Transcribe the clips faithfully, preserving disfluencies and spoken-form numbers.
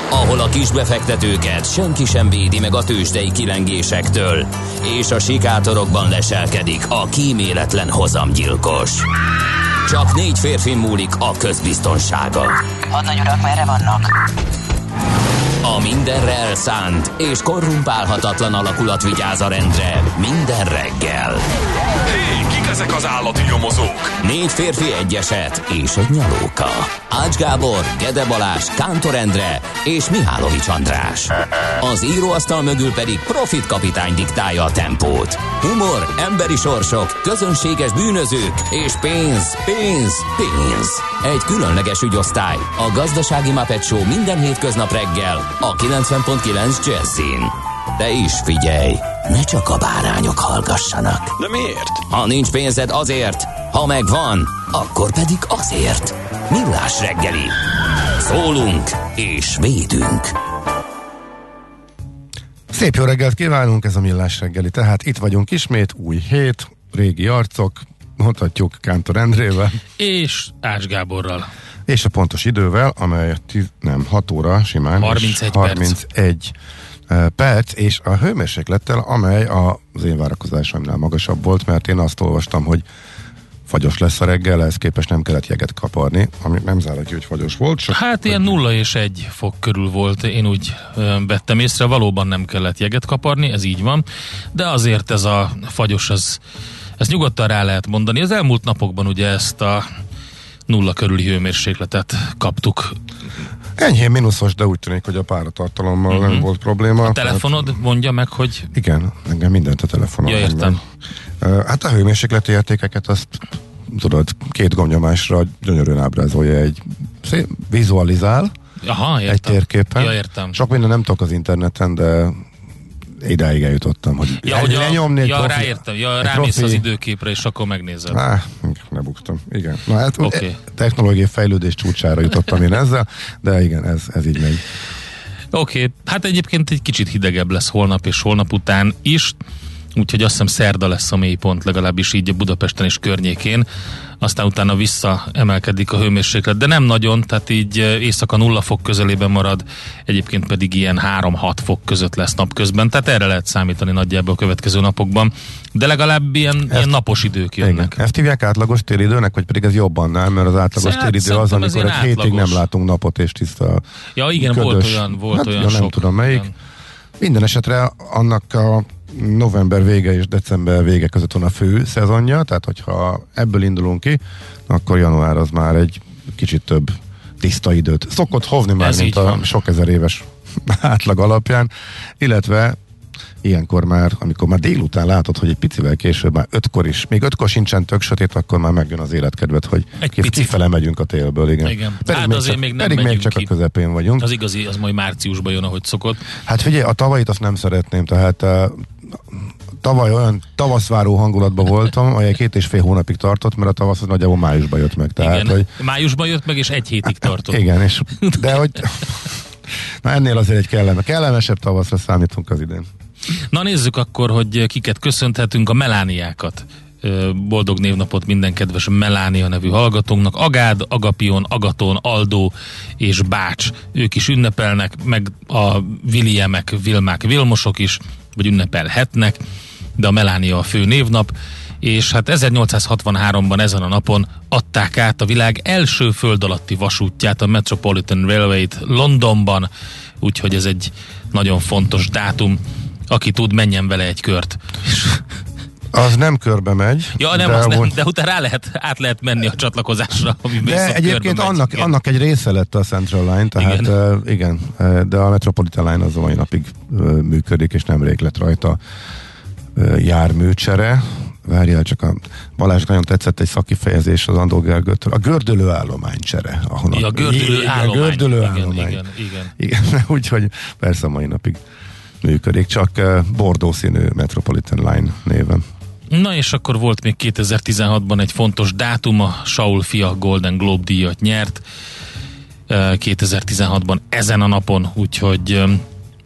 ahol a kisbefektetőket senki sem védi meg a tőzsdei kilengésektől, és a sikátorokban leselkedik a kíméletlen hozamgyilkos. Csak négy férfi múlik a közbiztonsága. Hadnagy urak, merre vannak? A mindenre elszánt és korrumpálhatatlan alakulat vigyáz a rendre minden reggel. Hé, kik ezek az állati nyomozók? Négy férfi, egy eset és egy nyalóka. Ács Gábor, Gede Balázs, Kántor Endre és Mihálovics András. Az íróasztal mögül pedig Profit kapitány diktálja a tempót. Humor, emberi sorsok, közönséges bűnözők és pénz, pénz, pénz. Egy különleges ügyosztály, a Gazdasági Muppet Show minden hétköznap reggel a kilencven pont kilenc Jazzin. De is figyelj, ne csak a bárányok hallgassanak. De miért? Ha nincs pénzed, azért, ha megvan, akkor pedig azért. Millás reggeli. Szólunk és védünk. Szép jó reggelt kívánunk, ez a Millás reggeli. Tehát itt vagyunk ismét, új hét, régi arcok, mondhatjuk Kántor Endrével. És Ács Gáborral. És a pontos idővel, amely tíz, nem, hat óra simán. harmincegy harmincegy perc, és a hőmérséklettel, amely az én várakozásomnál magasabb volt, mert én azt olvastam, hogy fagyos lesz a reggel, ehhez képest nem kellett jeget kaparni, ami nem zárja ki, hogy fagyos volt. Csak hát ilyen nulla és egy fok körül volt, én úgy ö, vettem észre, valóban nem kellett jeget kaparni, ez így van, de azért ez a fagyos, ez, ez nyugodtan rá lehet mondani. Az elmúlt napokban ugye ezt a nulla körüli hőmérsékletet kaptuk. Enyhén mínuszos, de úgy tűnik, hogy a páratartalommal uh-huh. nem volt probléma. A telefonod hát, mondja meg, hogy... Igen, engem mindent a telefonon. Ja, értem. Hát a hőmérsékleti értékeket azt tudod, két gombnyomásra gyönyörűen ábrázolja egy szép, vizualizál. Aha, értem. Egy térképen. Ja, értem. Sok minden nem tudok az interneten, de idáig eljutottam, hogy ja, hogy lenyomni egy ja, profi, ráértem, ja, rámész profi... az időképre, és akkor megnézed. Á, lebuktam, igen. Na hát okay. Technológiai fejlődés csúcsára jutottam én ezzel, de igen, ez, ez így megy. Oké, okay. Hát egyébként egy kicsit hidegebb lesz holnap és holnap után is, úgyhogy azt hiszem szerda lesz a mélypont, legalábbis így a Budapesten és környékén, aztán utána visszaemelkedik a hőmérséklet, de nem nagyon, tehát így éjszaka nulla fok közelében marad, egyébként pedig ilyen három-hat fok között lesz napközben, tehát erre lehet számítani nagyjából a következő napokban, de legalább ilyen, ezt, ilyen napos idők jönnek. Igen. Ezt hívják átlagos téridőnek, vagy pedig ez jobban, nem? Mert az átlagos téridő az, amikor egy hétig átlagos. Nem látunk napot és tiszta ja igen, ködös. volt olyan, volt hát, olyan ja, sok. nem tudom melyik. Olyan. Minden esetre annak a november vége és december vége között van a fő szezonja, tehát hogyha ebből indulunk ki, akkor január az már egy kicsit több tiszta időt szokott hovni már, ez mint a van. Sok ezer éves átlag alapján, illetve ilyenkor már, amikor már délután látod, hogy egy picivel később, már ötkor is, még ötkor sincsen tök sötét, akkor már megjön az életkedvet, hogy kifele megyünk a télből, igen. igen. Pedig hát még azért csak, még nem pedig még csak ki. A közepén vagyunk. Az igazi, az majd márciusban jön, ahogy szokott. Hát figyelj, a tavait azt nem szeretném, tehát uh, tavaly olyan tavaszváró hangulatban voltam, amely két és fél hónapig tartott, mert a tavasz az nagyjából májusban jött meg. Tehát, igen, hogy, májusban jött meg, és egy hétig tartott. Igen, és de hogy na ennél azért egy kellene, kellemesebb tavaszra számítunk az idén. Na nézzük akkor, hogy kiket köszönhetünk, a Melániákat. Boldog névnapot minden kedves Melánia nevű hallgatónknak. Agád, Agapion, Agaton, Aldó és Bács. Ők is ünnepelnek, meg a Williamek, Vilmák, Vilmosok is, vagy ünnepelhetnek, de a Melánia a fő névnap. És hát ezernyolcszázhatvanháromban ezen a napon adták át a világ első föld alatti vasútját, a Metropolitan Railway-t Londonban, úgyhogy ez egy nagyon fontos dátum. Aki tud, menjen vele egy kört. Az nem körbe megy. Ja, nem, de, az nem, de utána rá lehet, át lehet menni a csatlakozásra. Ami de egyébként annak, annak egy része lett a Central Line, tehát igen, uh, igen de a Metropolitan Line az a mai napig uh, működik, és nemrég lett rajta uh, járműcsere. Várjál csak, a Balázs nagyon tetszett egy szakifejezés az Andó Gergőtől. A gördülő állománycsere. Ahonnan, ja, a gördülő állomány. A gördülő igen, állomány. Igen, igen, igen. igen úgyhogy persze a mai napig működik, csak uh, bordó színű Metropolitan Line néven. Na és akkor volt még kétezer-tizenhatban egy fontos dátum, a Saul fia Golden Globe díjat nyert uh, kétezer-tizenhatban ezen a napon, úgyhogy um,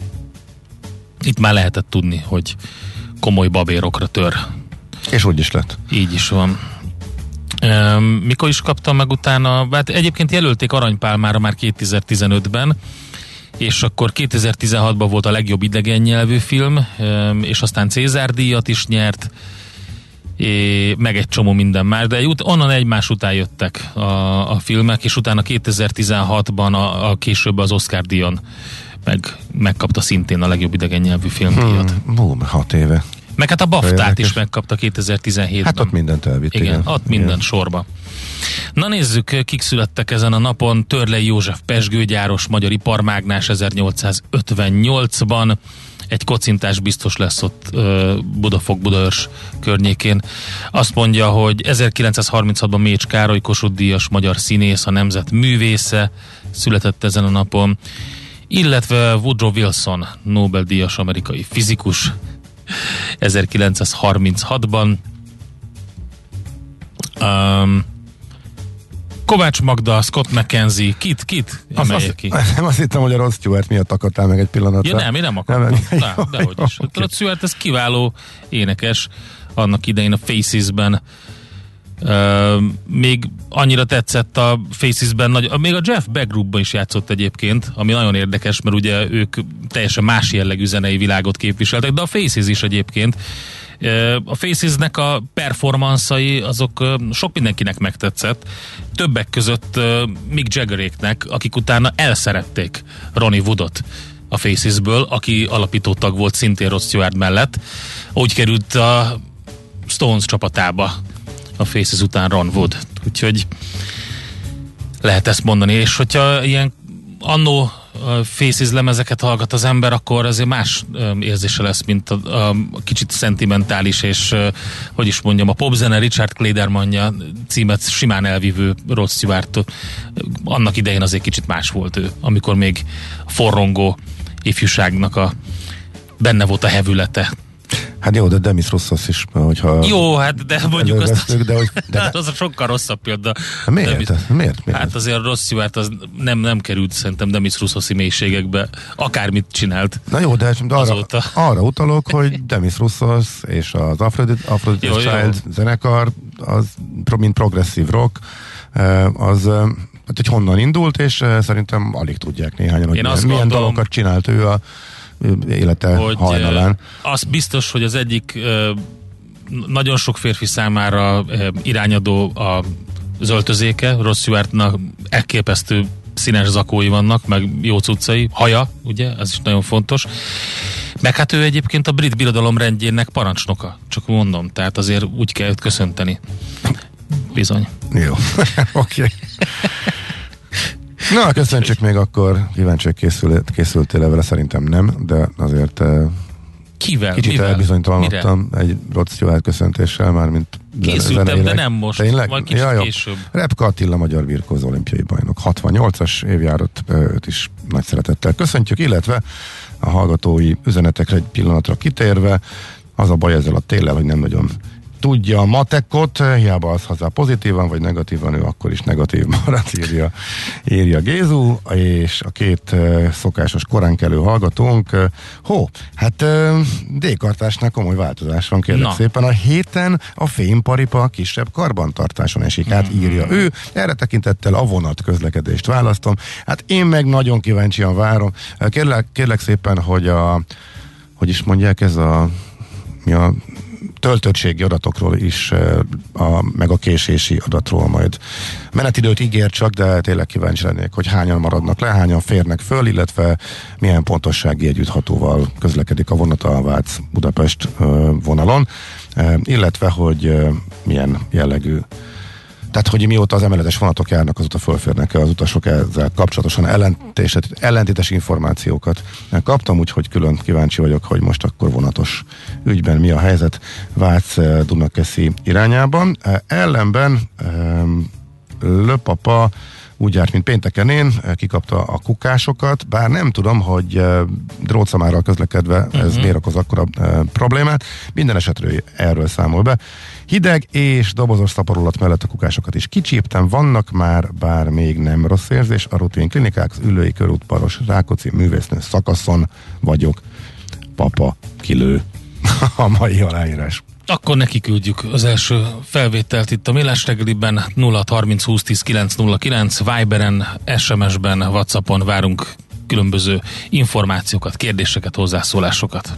itt már lehetett tudni, hogy komoly babérokra tör. És úgy is lett. Így is van. Um, mikor is kaptam meg utána? Hát egyébként jelölték Aranypálmára már kétezer-tizenötben, és akkor kétezer-tizenhatban volt a legjobb idegen nyelvű film, és aztán Cézár díjat is nyert, É, meg egy csomó minden más, de ut- onnan egymás után jöttek a, a filmek, és utána kétezer-tizenhatban a, a később az Oscar díjon meg, megkapta szintén a legjobb idegen nyelvű filmdíjat. Hmm, bú, hat éve. Meg hát a BAFTA-t is megkapta kétezer-tizenhétben. Hát ott mindent elvitt. Igen, igen. ott minden igen. sorba. Na nézzük, kik születtek ezen a napon. Törlei József pezsgőgyáros, magyar iparmágnás ezernyolcszázötvennyolcban. Egy kocintás biztos lesz ott Budafok, Budaörs környékén. Azt mondja, hogy ezerkilencszázharminchatban Mécs Károly, Kossuth-díjas magyar színész, a nemzet művésze született ezen a napon, illetve Woodrow Wilson, Nobel-díjas amerikai fizikus ezerkilencszázharminchatban. Um, Kovács Magda, Scott McKenzie, kit, kit emelje ki? Nem azt hittem, hogy a Rod Stewart miatt akadtál meg egy pillanatra. Ja nem, én nem akartam. Nem, Na, dehogy is. Okay. Rod Stewart, ez kiváló énekes, annak idején a Faces-ben. Uh, még annyira tetszett a Faces-ben, nagy, még a Jeff Beck Groupban is játszott egyébként, ami nagyon érdekes, mert ugye ők teljesen más jellegű zenei világot képviseltek, de a Faces is egyébként. A Faces-nek a performanszai azok sok mindenkinek megtetszett, többek között Mick Jaggeréknek, akik utána elszerették Ronnie Woodot a Faces-ből, aki alapító tag volt szintén Rod Stewart mellett. Úgy került a Stones csapatába a Faces után Ron Wood. Úgyhogy lehet ezt mondani, és hogyha ilyen annó Faces lemezeket hallgat az ember, akkor azért más érzése lesz, mint a, a kicsit szentimentális, és hogy is mondjam, a popzene Richard Kledermanja címet simán elvívő Rod Stewart. Annak idején azért kicsit más volt ő, amikor még forrongó ifjúságnak a benne volt a hevülete. Hát jó, de Demis Roussos is, hogyha... Jó, hát de mondjuk azt... De, hogy, de hát az a sokkal rosszabb példa. Miért? Demis, miért? miért? miért? Hát azért a Rod Stewart az nem, nem került szerintem Demis Roussos-i mélységekbe, akármit csinált. Na jó, de arra, arra utalok, hogy Demis Roussos és az Aphrodite, Aphrodite jó, Child jó. zenekar, az mint progresszív rock, az... Hát, hogy honnan indult, és szerintem alig tudják néhányan, hogy milyen, milyen dalokat csinált ő a élete hogy hajnalán. Az biztos, hogy az egyik nagyon sok férfi számára irányadó a öltözéke. Rod Stewartnak elképesztő színes zakói vannak, meg jó cuccai, haja, ugye, ez is nagyon fontos. Meg hát ő egyébként a brit birodalom rendjének parancsnoka, csak mondom, tehát azért úgy kell őt köszönteni. Bizony. Jó, oké. Okay. Na, köszöntsük még akkor, kíváncsiak készül, készültél vele, szerintem nem, de azért Kivel? kicsit Mivel? elbizonytalanodtam Mire? Egy Rod Stewart köszöntéssel már, mint készültem, zeneileg. De nem most, tényleg? vagy kicsit ja, később. Repka Attila, magyar birkózó olimpiai bajnok, hatvannyolcas évjárat, őt is nagy szeretettel köszöntjük, illetve a hallgatói üzenetekre egy pillanatra kitérve, az a baj ezzel a téllel, hogy nem nagyon tudja a matekot, hiába az hozzá pozitívan vagy negatívan, ő akkor is negatív marad, írja, írja Gézu, és a két uh, szokásos koránkelő hallgatónk, uh, hó, hát uh, D-kartásnál komoly változás van, kérlek Na. szépen. A héten a fémparipa kisebb karbantartáson esik át, írja ő. Erre tekintettel a vonat közlekedést választom. Hát én meg nagyon kíváncsian várom. Kérlek, kérlek szépen, hogy a, hogy is mondják, ez a mi a töltöttségi adatokról is, a, meg a késési adatról majd menetidőt ígér csak, de tényleg kíváncsi lennék, hogy hányan maradnak le, hányan férnek föl, illetve milyen pontossági együtthatóval közlekedik a vonat a Vác-Budapest vonalon, illetve hogy milyen jellegű, tehát hogy mióta az emeletes vonatok járnak, azóta fölférnek az utasok, ezzel kapcsolatosan ellentétes, ellentétes információkat kaptam, úgyhogy külön kíváncsi vagyok, hogy most akkor vonatos ügyben mi a helyzet Vác-Dunakeszi irányában. Ellenben Löpapa úgy járt, mint pénteken én, kikapta a kukásokat, bár nem tudom, hogy drótszamárral közlekedve ez uh-huh. miért okoz akkora uh, problémát. Minden esetről erről számol be. Hideg és dobozos szaporulat mellett a kukásokat is kicsíptem, vannak már, bár még nem rossz érzés. A rutin klinikák, az Üllői körút, Paros, Rákóczi művésznő szakaszon vagyok. Papa kilő a mai aláírás. Akkor neki küldjük az első felvételt itt a Millás reggeliben. Nulla harminc húsz tíz kilenc nulla kilenc Viberen, es em es-ben, WhatsAppon várunk különböző információkat, kérdéseket, hozzászólásokat.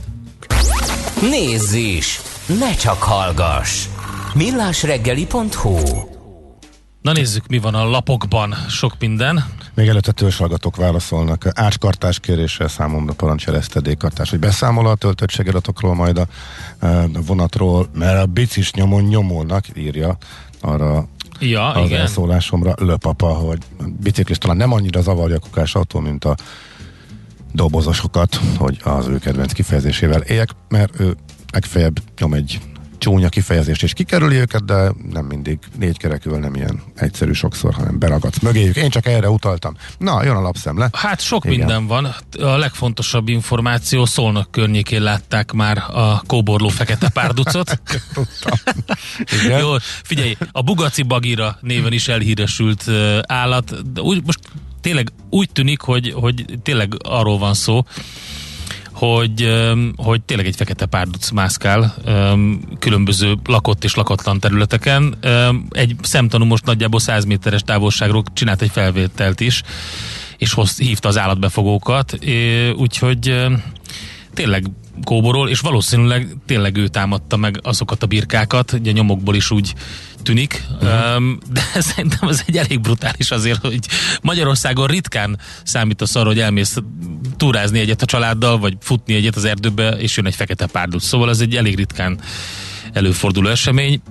Nézz is! Ne csak hallgass! millásreggeli pont hu. Na nézzük, mi van a lapokban. Sok minden. Még előtte törzshallgatók válaszolnak. Ácskartás kéréssel számomra parancsol es té dé-kartás, hogy beszámol a töltöttségi adatokról, majd a, a vonatról, mert a bicis nyomon nyomulnak, írja arra ja, az igen. elszólásomra löpapa, hogy a biciklis talán nem annyira zavarja a kukás autó, mint a dobozosokat, hogy az ő kedvenc kifejezésével éljek, mert ő legfeljebb nyom egy csúnya kifejezést és kikerüli őket, de nem mindig négykerekül, nem ilyen egyszerű sokszor, hanem beragadsz mögéjük. Én csak erre utaltam. Na, jön a lapszemle. Hát sok Igen. minden van. A legfontosabb információ, Szolnok környékén látták már a kóborló fekete párducot. Tudtam. Igen. Jó, figyelj, a Bugaci Bagira néven is elhíresült uh, állat, de úgy, most tényleg úgy tűnik, hogy, hogy tényleg arról van szó, hogy, hogy tényleg egy fekete párduc mászkál különböző lakott és lakatlan területeken. Egy szemtanú most nagyjából száz méteres távolságról csinált egy felvételt is, és hoz, hívta az állatbefogókat, úgyhogy tényleg kóborol, és valószínűleg tényleg ő támadta meg azokat a birkákat, ugye a nyomokból is úgy tűnik, uh-huh. de szerintem ez egy elég brutális azért, hogy Magyarországon ritkán számítasz arra, hogy elmész túrázni egyet a családdal, vagy futni egyet az erdőbe, és jön egy fekete párduc. Szóval ez egy elég ritkán előforduló esemény.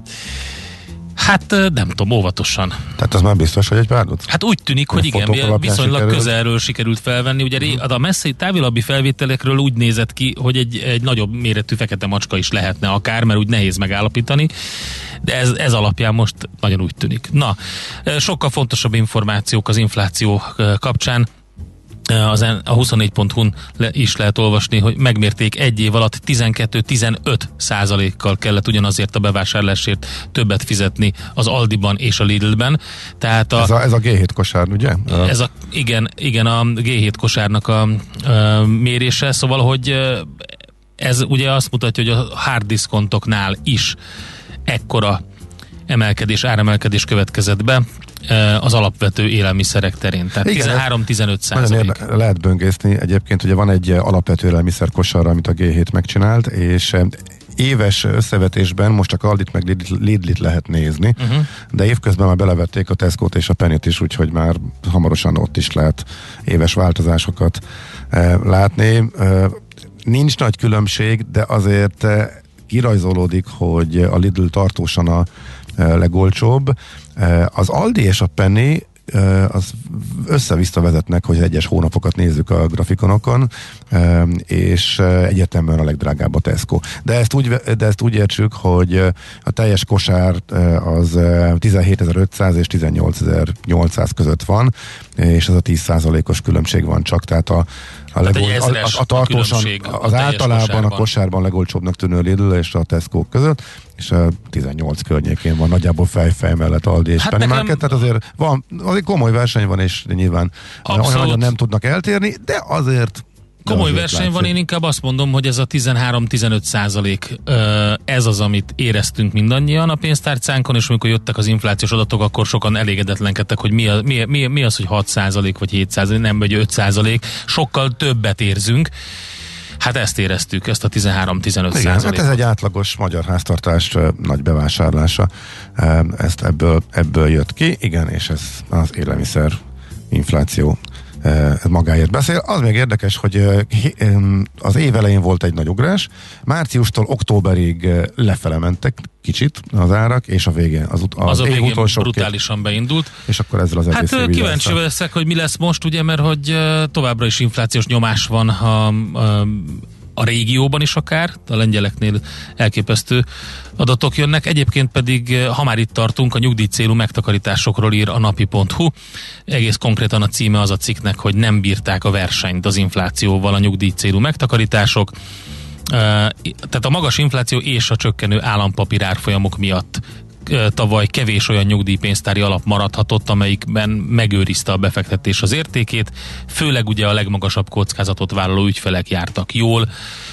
Hát nem tudom, óvatosan. Tehát az már biztos, hogy egy párduc? Hát úgy tűnik, hogy igen, viszonylag sikerült. Közelről sikerült felvenni. Ugye uh-huh. a messzei távolabbi felvételekről úgy nézett ki, hogy egy, egy nagyobb méretű fekete macska is lehetne akár, mert úgy nehéz megállapítani, de ez, ez alapján most nagyon úgy tűnik. Na, sokkal fontosabb információk az infláció kapcsán. Az a huszonnégy pont hu-n is lehet olvasni, hogy megmérték egy év alatt tizenkettő-tizenöt százalékkal kellett ugyanazért a bevásárlásért többet fizetni az Aldiban és a Lidlben. Tehát a, ez, a, ez a gé hét kosár, ugye? Ez a, igen, igen, a gé hét kosárnak a, a mérése, szóval, hogy ez ugye azt mutatja, hogy a hard diszkontoknál is ekkora emelkedés, áremelkedés következett be az alapvető élelmiszerek terén. Tehát tizenhárom-tizenöt százalék. Lehet böngészni. Egyébként ugye van egy alapvető élelmiszer kosarra, amit a gé hét megcsinált, és éves összevetésben most csak Aldit meg Lidlit lehet nézni, uh-huh. de évközben már belevették a Tesco-t és a Pennyt is, úgyhogy már hamarosan ott is lehet éves változásokat eh, látni. Eh, nincs nagy különbség, de azért eh, kirajzolódik, hogy a Lidl tartósan a eh, legolcsóbb. Eh, az Aldi és a Penny az össze-vissza vezetnek, hogy egyes hónapokat nézzük a grafikonokon, és egyértelműen a legdrágább a Tesco. De ezt úgy, de ezt úgy értsük, hogy a teljes kosár az tizenhétezer-ötszáz és tizennyolcezer-nyolcszáz között van, és ez a tíz százalékos különbség van csak, tehát a A, legol, a, a, a tartósan, az általában kosárban. A kosárban legolcsóbbnak tűnő Lidl és a Tesco között, és a tizennyolc környékén van nagyjából fej-fej mellett Aldi és hát Penny Market, tehát azért van, azért komoly verseny van, és nyilván olyan nagyon nem tudnak eltérni, de azért komoly verseny látszik. Van, én inkább azt mondom, hogy ez a tizenhárom-tizenöt százalék, ez az, amit éreztünk mindannyian a pénztárcánkon, és amikor jöttek az inflációs adatok, akkor sokan elégedetlenkedtek, hogy mi, a, mi, mi, mi az, hogy hat százalék vagy hét százalék, nem vagy öt százalék, sokkal többet érzünk. Hát ezt éreztük, ezt a tizenhárom-tizenöt százalékot. Hát ez egy átlagos magyar háztartás nagy bevásárlása. Ezt ebből, ebből jött ki, igen, és ez az élelmiszer infláció magáért beszél. Az még érdekes, hogy az év elején volt egy nagy ugrás, márciustól októberig lefele mentek kicsit az árak, és a végén az, ut- az, az a év utolsó brutálisan két... beindult. És akkor ezzel az egész Hát kíváncsi leszek, hogy mi lesz most, ugye, mert hogy továbbra is inflációs nyomás van a, a a régióban is akár, a lengyeleknél elképesztő adatok jönnek, egyébként pedig, ha már itt tartunk, a nyugdíjcélú megtakarításokról ír a napi pont hu. Egész konkrétan a címe az a cikknek, hogy nem bírták a versenyt az inflációval a nyugdíjcélú megtakarítások. Tehát a magas infláció és a csökkenő állampapír árfolyamok miatt tavaly kevés olyan nyugdíjpénztári alap maradhatott, amelyikben megőrizte a befektetés az értékét, főleg ugye a legmagasabb kockázatot vállaló ügyfelek jártak jól,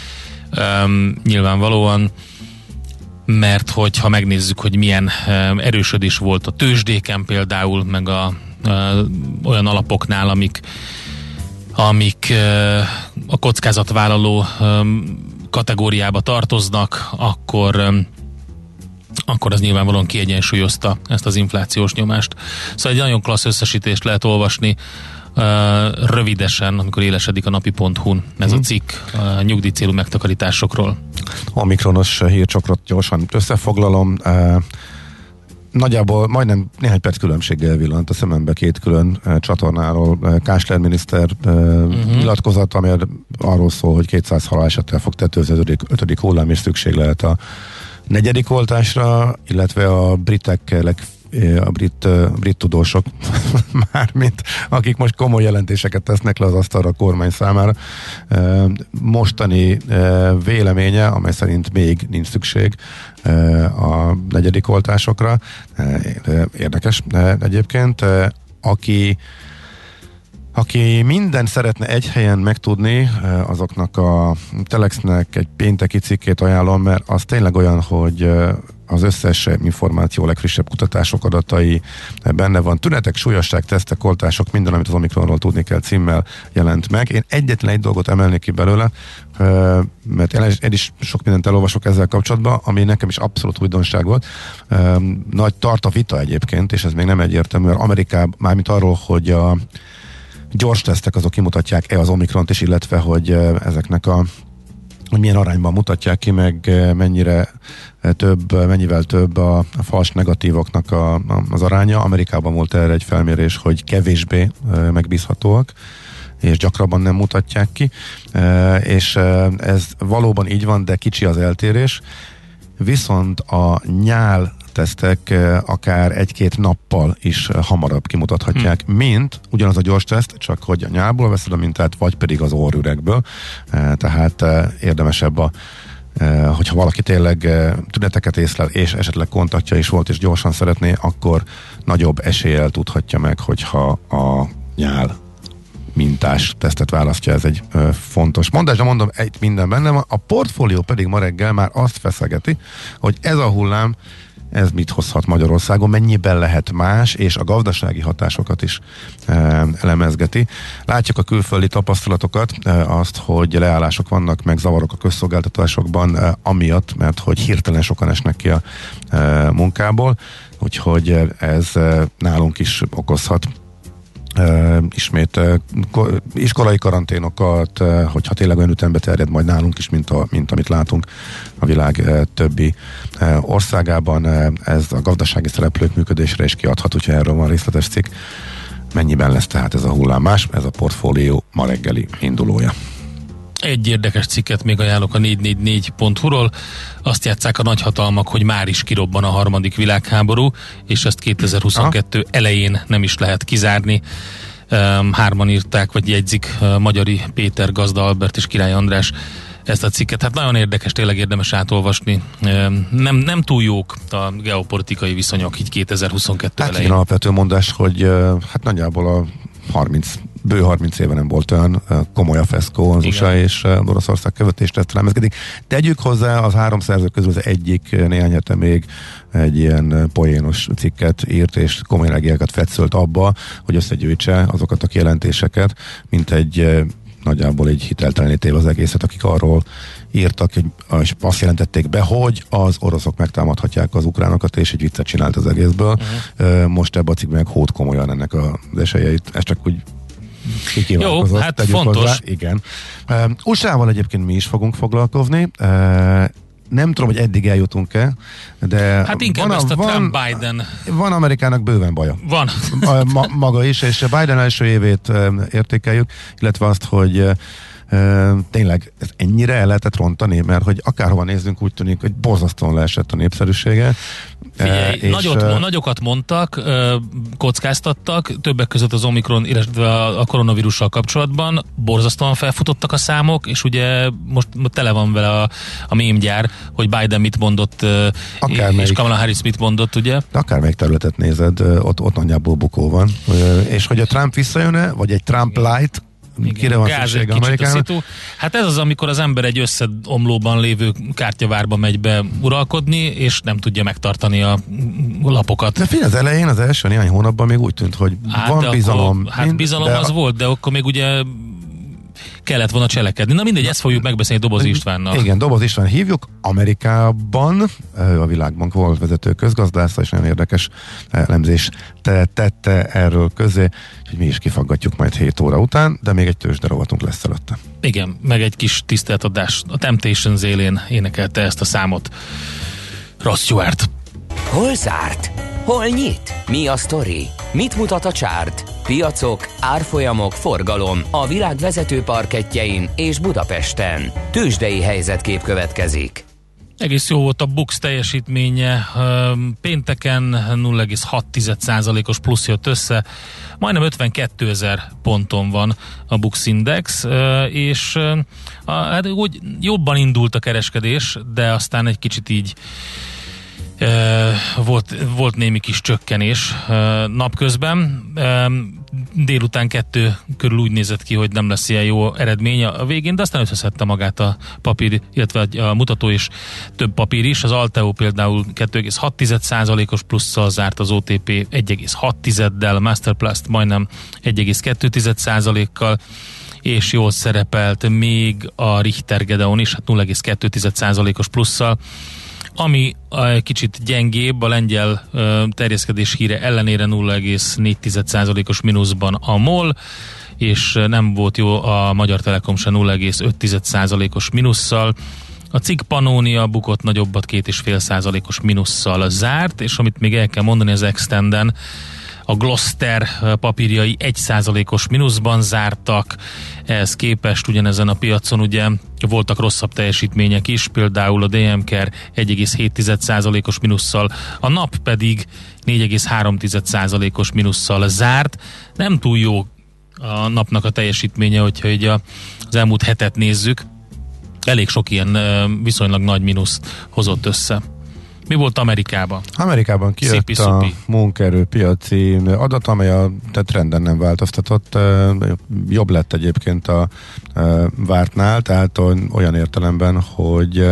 um, nyilvánvalóan, mert hogyha megnézzük, hogy milyen um, erősödés volt a tőzsdéken például, meg a uh, olyan alapoknál, amik amik a kockázatvállaló kategóriába tartoznak, akkor akkor az nyilvánvalóan kiegyensúlyozta ezt az inflációs nyomást. Szóval egy nagyon klassz összesítést lehet olvasni uh, rövidesen, amikor élesedik a napi pont hu-n ez hmm. a cikk uh, nyugdíjcélú megtakarításokról. Omikronos hírcsokrot gyorsan összefoglalom. Uh, nagyjából majdnem néhány perc különbséggel villant a szemembe két külön uh, csatornáról. Uh, Kásler miniszter uh, uh-huh. nyilatkozat, ami arról szól, hogy kétszáz halálesettel fog tetőzni az ötödik, ötödik hullám, és szükség lehet a negyedik oltásra, illetve a britek, a brit, a brit tudósok, mármint akik most komoly jelentéseket tesznek le az asztalra a kormány számára. Mostani véleménye, amely szerint még nincs szükség a negyedik oltásokra. Érdekes egyébként. Aki Aki minden szeretne egy helyen megtudni, azoknak a Telexnek egy pénteki cikkét ajánlom, mert az tényleg olyan, hogy az összes információ, legfrissebb kutatások adatai benne van. Tünetek, súlyosság, tesztek, oltások, minden, amit az Omikronról tudni kell címmel jelent meg. Én egyetlen egy dolgot emelnék ki belőle, mert én is sok mindent elolvasok ezzel kapcsolatban, ami nekem is abszolút újdonság volt. Nagy tart a vita egyébként, és ez még nem egyértelmű, mert Amerikában, mármint arról, hogy a gyors tesztek azok kimutatják-e az Omikront is, illetve hogy ezeknek a hogy milyen arányban mutatják ki, meg mennyire több, mennyivel több a, a fals negatívoknak a, a, az aránya. Amerikában volt erre egy felmérés, hogy kevésbé megbízhatóak, és gyakrabban nem mutatják ki, és ez valóban így van, de kicsi az eltérés. Viszont a nyál tesztek akár egy-két nappal is hamarabb kimutathatják, hmm. mint ugyanaz a gyors teszt, csak hogy a nyálból veszed a mintát, vagy pedig az orrüregből. Tehát érdemesebb, a, hogyha valaki tényleg tüneteket észlel, és esetleg kontaktja is volt, és gyorsan szeretné, akkor nagyobb eséllyel tudhatja meg, hogyha a nyál mintás tesztet választja, ez egy ö, fontos mondás, de mondom, egy minden benne van. A portfólió pedig ma reggel már azt feszegeti, hogy ez a hullám, ez mit hozhat Magyarországon, mennyiben lehet más, és a gazdasági hatásokat is e, elemezgeti. Látjuk a külföldi tapasztalatokat, e, azt, hogy leállások vannak, meg zavarok a közszolgáltatásokban, e, amiatt, mert hogy hirtelen sokan esnek ki a e, munkából, úgyhogy ez e, nálunk is okozhat Uh, ismét uh, ko- iskolai karanténokat, uh, hogyha tényleg olyan ütembe terjed majd nálunk is, mint, a, mint amit látunk a világ uh, többi uh, országában. Uh, ez a gazdasági szereplők működésre is kiadhat, úgyhogy erről van részletes cikk. Mennyiben lesz tehát ez a hullámás? Ez a portfólió ma reggeli indulója. Egy érdekes cikket még ajánlok a négy négy négy pont hu-ról. Azt játsszák a nagyhatalmak, hogy már is kirobban a harmadik világháború, és ezt kétezer-huszonkettő Aha. elején nem is lehet kizárni. Hárman írták, vagy jegyzik Magyari Péter, Gazda Albert és Király András ezt a cikket. Hát nagyon érdekes, tényleg érdemes átolvasni. Nem, nem túl jók a geopolitikai viszonyok így kétezer-huszonkettő hát elején. Hát alapvető mondás, hogy hát nagyjából a harminc bő harminc éve nem volt olyan komoly a feszkó az u es á és Oroszország követést ezt elemezkedik. Tegyük hozzá, az három szerző közül az egyik néhány hete még egy ilyen poénos cikket írt, és komoly energiákat fetszölt abba, hogy összegyűjtse azokat a kijelentéseket, mint egy nagyjából egy hiteltelenítél az egészet, akik arról írtak, és azt jelentették be, hogy az oroszok megtámadhatják az ukránokat, és egy viccet csinált az egészből. Uh-huh. Most ebben a cikkben meg hód komolyan ennek az esélyeit. Ez csak úgy Jó, hát fontos. Hozzá. Igen. Uh, u es á-val egyébként mi is fogunk foglalkozni. Uh, nem tudom, hogy eddig eljutunk-e, de hát inkább van, ezt a van, Trump-Biden van Amerikának bőven baja. Van. Ma, maga is, és Biden első évét értékeljük, illetve azt, hogy Uh, tényleg ez ennyire el lehetett rontani, mert hogy akárhova nézzünk, úgy tűnik, hogy borzasztóan leesett a népszerűsége. Figyelj, uh, nagyot, uh, nagyokat mondtak, uh, kockáztattak, többek között az Omikron, illetve a, a koronavírussal kapcsolatban, borzasztóan felfutottak a számok, és ugye most tele van vele a, a mémgyár, hogy Biden mit mondott, uh, és Kamala Harris mit mondott, ugye? Akármelyik területet nézed, ott, ott nagyjából bukó van. Uh, és hogy a Trump visszajön-e, vagy egy Trump light, kire van szüksége Amerikának? Hát ez az, amikor az ember egy összeomlóban lévő kártyavárba megy be uralkodni, és nem tudja megtartani a lapokat. De figyelj, az elején, az első néhány hónapban még úgy tűnt, hogy hát van bizalom. Akkor, hát bizalom az volt, de akkor még ugye kellett volna cselekedni. Na mindegy, ezt fogjuk megbeszélni Doboz Istvánnal. Igen, Doboz István hívjuk. Amerikában a Világbank volt vezető közgazdásza, és nagyon érdekes elemzés tette erről közé, hogy mi is kifaggatjuk majd hét óra után, de még egy tőzsde rovatunk lesz előtte. Igen, meg egy kis tiszteletadás. A Temptations élén énekelte ezt a számot Ross Stewart. Hol zárt? Hol nyit? Mi a sztori? Mit mutat a csárt? Piacok, árfolyamok, forgalom a világ vezető parkettjein és Budapesten. Tőzsdei helyzetkép következik. Egész jó volt a Bux teljesítménye, pénteken nulla egész hat százalékos plusz jött össze, majdnem ötvenkétezer ponton van a Bux Index, és hát úgy jobban indult a kereskedés, de aztán egy kicsit így volt, volt némi kis csökkenés napközben. Délután kettő körül úgy nézett ki, hogy nem lesz ilyen jó eredmény a végén, de aztán összeszedte magát a papír, illetve a mutató és több papír is. Az Alteo például kettő egész hat százalékos plusszal zárt, az o té pé egy egész hat százalékkal, a Masterplast majdnem egy egész kettő százalékkal, és jól szerepelt még a Richter Gedeon is, hát nulla egész kettő százalékos plusszal. Ami egy kicsit gyengébb, a lengyel ö, terjeszkedés híre ellenére nulla egész négy százalékos mínuszban a MOL, és nem volt jó a Magyar Telekom se nulla egész öt százalékos mínusszal. A cikk Pannonia bukott nagyobbat, két egész öt százalékos mínusszal zárt, és amit még el kell mondani, az Extenden a Gloster papírjai egy százalékos mínuszban zártak, ehhez képest ugyanezen a piacon ugye voltak rosszabb teljesítmények is, például a dé em Care egy egész hét százalékos mínusszal, a nap pedig négy egész három százalékos mínusszal zárt. Nem túl jó a napnak a teljesítménye, hogyha így az elmúlt hetet nézzük, elég sok ilyen viszonylag nagy mínuszt hozott össze. Mi volt Amerikában? Amerikában kijött Szipi, a munkaerőpiaci adat, amely a trenden nem változtatott. Jobb lett egyébként a vártnál, tehát olyan értelemben, hogy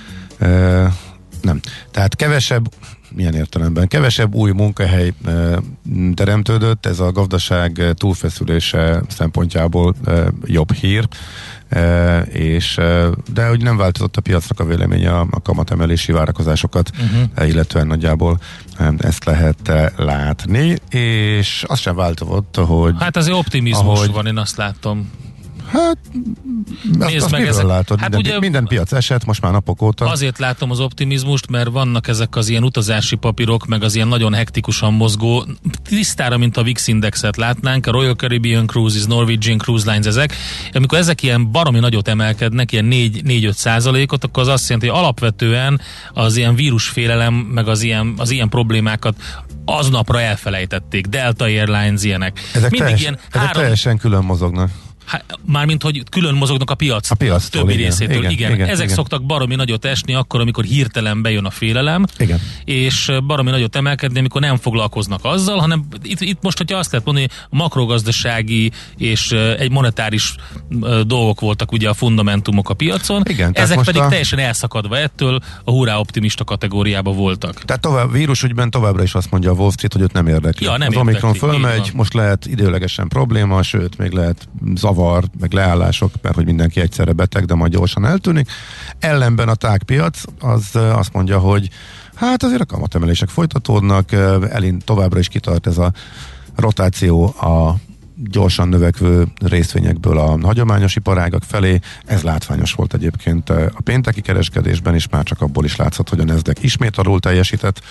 nem. Tehát kevesebb, milyen értelemben? Kevesebb új munkahely teremtődött, ez a gazdaság túlfeszülése szempontjából jobb hír. Uh, és, uh, de hogy nem változott a piacnak a véleménye a, a kamatemelési várakozásokat, uh-huh. uh, illetően nagyjából um, ezt lehet uh, látni, és az sem változott, hogy... Hát azért optimizmus ahogy, van, én azt látom. Hát, azt, azt meg ezek, látod? Hát minden, ugye, minden piac esett, most már napok óta. Azért látom az optimizmust, mert vannak ezek az ilyen utazási papírok, meg az ilyen nagyon hektikusan mozgó, tisztára, mint a vé i iksz indexet látnánk, a Royal Caribbean Cruises, Norwegian Cruise Lines ezek. Amikor ezek ilyen baromi nagyot emelkednek, ilyen négy-öt százalékot, akkor az azt jelenti, hogy alapvetően az ilyen vírusfélelem, meg az ilyen, az ilyen problémákat aznapra elfelejtették. Delta Airlines, ilyenek. Ezek, teljes, ilyen ezek három... teljesen külön mozognak. Mármint, hogy külön mozognak a piac, a piac többi igen, részétől. Igen, igen. igen, Ezek igen. szoktak baromi nagyot esni akkor, amikor hirtelen bejön a félelem, igen. és baromi nagyot emelkedni, amikor nem foglalkoznak azzal, hanem itt, itt most, hogyha azt lehet mondani, a makrogazdasági és egy monetáris dolgok voltak ugye a fundamentumok a piacon, igen, ezek pedig a... teljesen elszakadva ettől a hurrá optimista kategóriába voltak. Tehát tovább, vírusügyben továbbra is azt mondja a Wall Street, hogy őt nem érdekli. Ja, nem az érdekli. Omikron fölmegy, most lehet időlegesen probléma, sőt, még lehet zavar, meg leáll mert hogy mindenki egyszerre beteg, de majd gyorsan eltűnik. Ellenben a tágpiac az azt mondja, hogy hát azért a kamatemelések folytatódnak, elint továbbra is kitart ez a rotáció a gyorsan növekvő részvényekből a hagyományos iparágak felé. Ez látványos volt egyébként a pénteki kereskedésben is, már csak abból is látszott, hogy a Nasdaq ismét alul teljesített.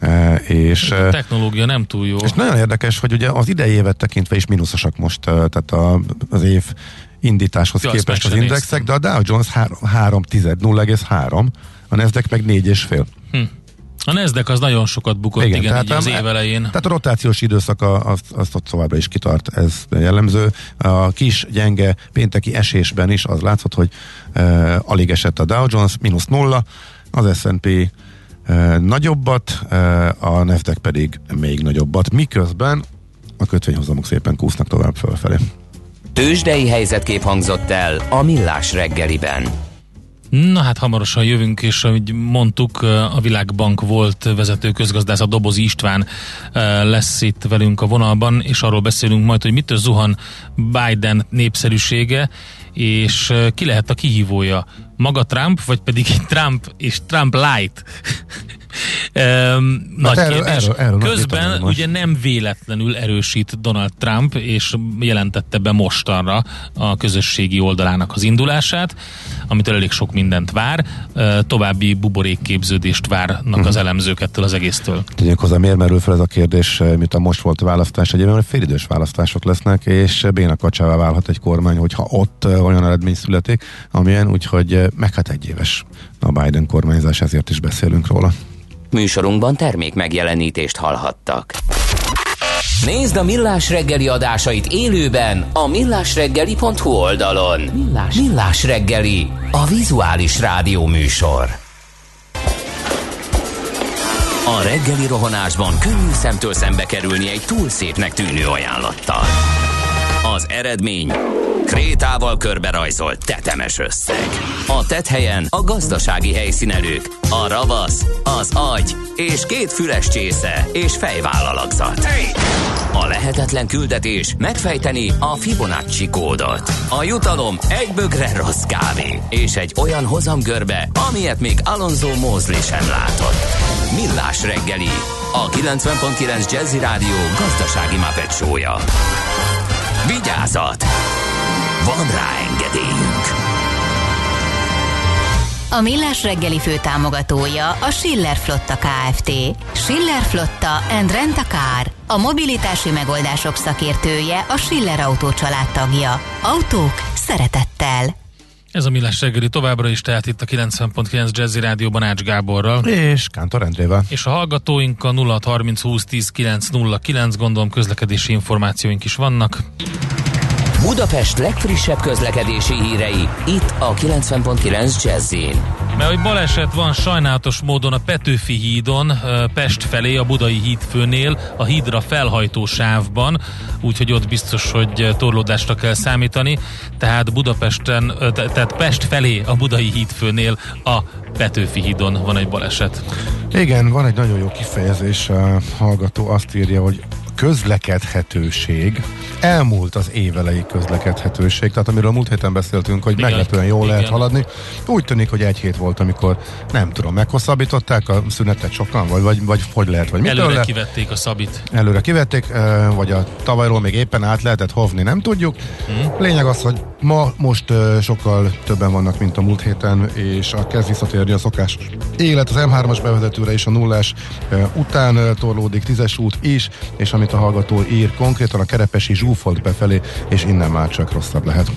És a technológia nem túl jó. És nagyon érdekes, hogy ugye az idei évet tekintve is mínuszosak most, tehát a, az év indításhoz ja, képest az indexek, de a Dow Jones három tized, nulla egész három, a Nasdaq meg négy egész öt. Hm. A Nasdaq az nagyon sokat bukott, igen, igen így az év elején. Tehát a rotációs időszak azt az ott továbbra is kitart, ez jellemző. A kis, gyenge pénteki esésben is az látszott, hogy uh, alig esett a Dow Jones, mínusz nulla, az es and pé uh, nagyobbat, uh, a Nasdaq pedig még nagyobbat, miközben a kötvényhozamok szépen kúsznak tovább fölfelé. Tőzsdei helyzetkép hangzott el a Millás reggeliben. Na hát hamarosan jövünk, és ahogy mondtuk, a Világbank volt vezető közgazdász, a Doboz István lesz itt velünk a vonalban, és arról beszélünk majd, hogy mitől zuhan Biden népszerűsége, és ki lehet a kihívója? Maga Trump, vagy pedig egy Trump és Trump light? Um, nagy hát erről, kérdés. Erről, erről Közben ugye nem véletlenül erősít Donald Trump, és jelentette be mostanra a közösségi oldalának az indulását, amitől elég sok mindent vár. Uh, további buborékképződést várnak uh-huh. az elemzők ettől az egésztől. Tegyünk hozzá, miért merül fel ez a kérdés, miután most volt a választás, egyébként félidős választások lesznek, és bénakacsává válhat egy kormány, hogyha ott olyan eredmény születik, amilyen, úgyhogy meg hát egy éves a Biden kormányzás, ezért is beszélünk róla. Műsorunkban termék megjelenítést hallhattak. Nézd a Millás reggeli adásait élőben a millásreggeli pont hu oldalon. Millás, Millás reggeli, a vizuális rádió műsor. A reggeli rohanásban könnyű szemtől szembe kerülni egy túl szépnek tűnő ajánlattal. Az eredmény krétával körberajzolt tetemes összeg. A tetthelyen a gazdasági helyszínelők, a ravasz, az agy és két füles csésze és fejvállalakzat. A lehetetlen küldetés megfejteni a Fibonacci kódot. A jutalom egy bögre rossz kávé és egy olyan hozamgörbe, amilyet még Alonso Mosley sem látott. Millás reggeli, a kilencven pont kilenc Jazzy Rádió gazdasági Muppet show-ja. Vigyázat! Van rá engedélyünk! A Millás reggeli főtámogatója a Schiller Flotta Kft. Schiller Flotta and Rent a Car. A mobilitási megoldások szakértője, a Schiller Autó család tagja. Autók szeretettel. Ez a Millás reggeli továbbra is, tehát itt a kilencven pont kilenc Jazzy Rádióban Ács Gáborral. És Kántor Endrével. És a hallgatóink a nulla harminc húsz tíz kilenc nulla kilenc, gondolom közlekedési információink is vannak. Budapest legfrissebb közlekedési hírei, itt a kilencven pont kilenc Jazzyn. Mert hogy baleset van sajnálatos módon a Petőfi hídon, Pest felé, a Budai híd főnél, a hídra felhajtó sávban, úgyhogy ott biztos, hogy torlódásra kell számítani, tehát Budapesten, tehát Pest felé a Budai híd főnél a Petőfi hídon van egy baleset. Igen, van egy nagyon jó kifejezés, a hallgató azt írja, hogy közlekedhetőség, elmúlt az évelei közlekedhetőség, tehát amiről múlt héten beszéltünk, hogy igen, meglepően jól igen. lehet haladni. Úgy tűnik, hogy egy hét volt, amikor nem tudom, meghosszabbították a szünetet sokan, vagy, vagy, vagy hogy lehet, vagy mitől Előre lehet. kivették a szabit. Előre kivették, vagy a tavalyról még éppen át lehetett hovni, nem tudjuk. Hmm. Lényeg az, hogy ma most sokkal többen vannak, mint a múlt héten, és a kezd visszatérni a szokás élet. Az em hármas bevezetőre is a nullás után torlódik, tízes út is, és amit a hallgató ír, konkrétan a Kerepesi zsúfolt befelé, és innen már csak rosszabb lehet.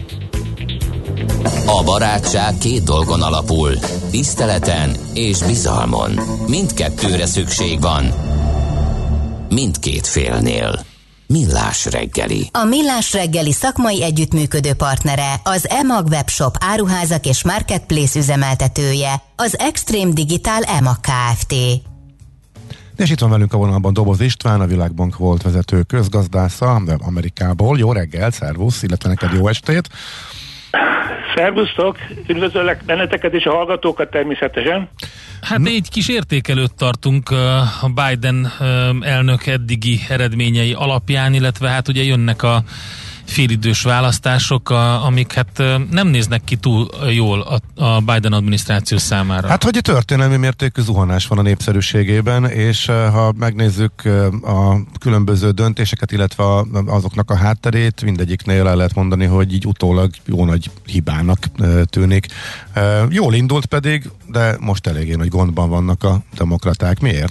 A barátság két dolgon alapul, tiszteleten és bizalmon. Mindkettőre szükség van. Mindkét félnél. Millás reggeli. A Millás reggeli szakmai együttműködő partnere, az e-mag webshop áruházak és marketplace üzemeltetője, az Extreme Digital e-mag Kft. És itt van velünk a vonalban Doboz István, a Világbank volt vezető közgazdásza Amerikából. Jó reggel, szervusz, illetve neked jó estét. Szervusztok, üdvözöllek benneteket és a hallgatókat természetesen. Hát egy kis értékelőt tartunk a Biden elnök eddigi eredményei alapján, illetve hát ugye jönnek a félidős választások, a, amik hát nem néznek ki túl jól a, a Biden adminisztráció számára. Hát, hogy történelmi mértékű zuhanás van a népszerűségében, és ha megnézzük a különböző döntéseket, illetve azoknak a hátterét, mindegyiknél el lehet mondani, hogy így utólag jó nagy hibának tűnik. Jól indult pedig, de most eléggé nagy gondban vannak a demokraták. Miért?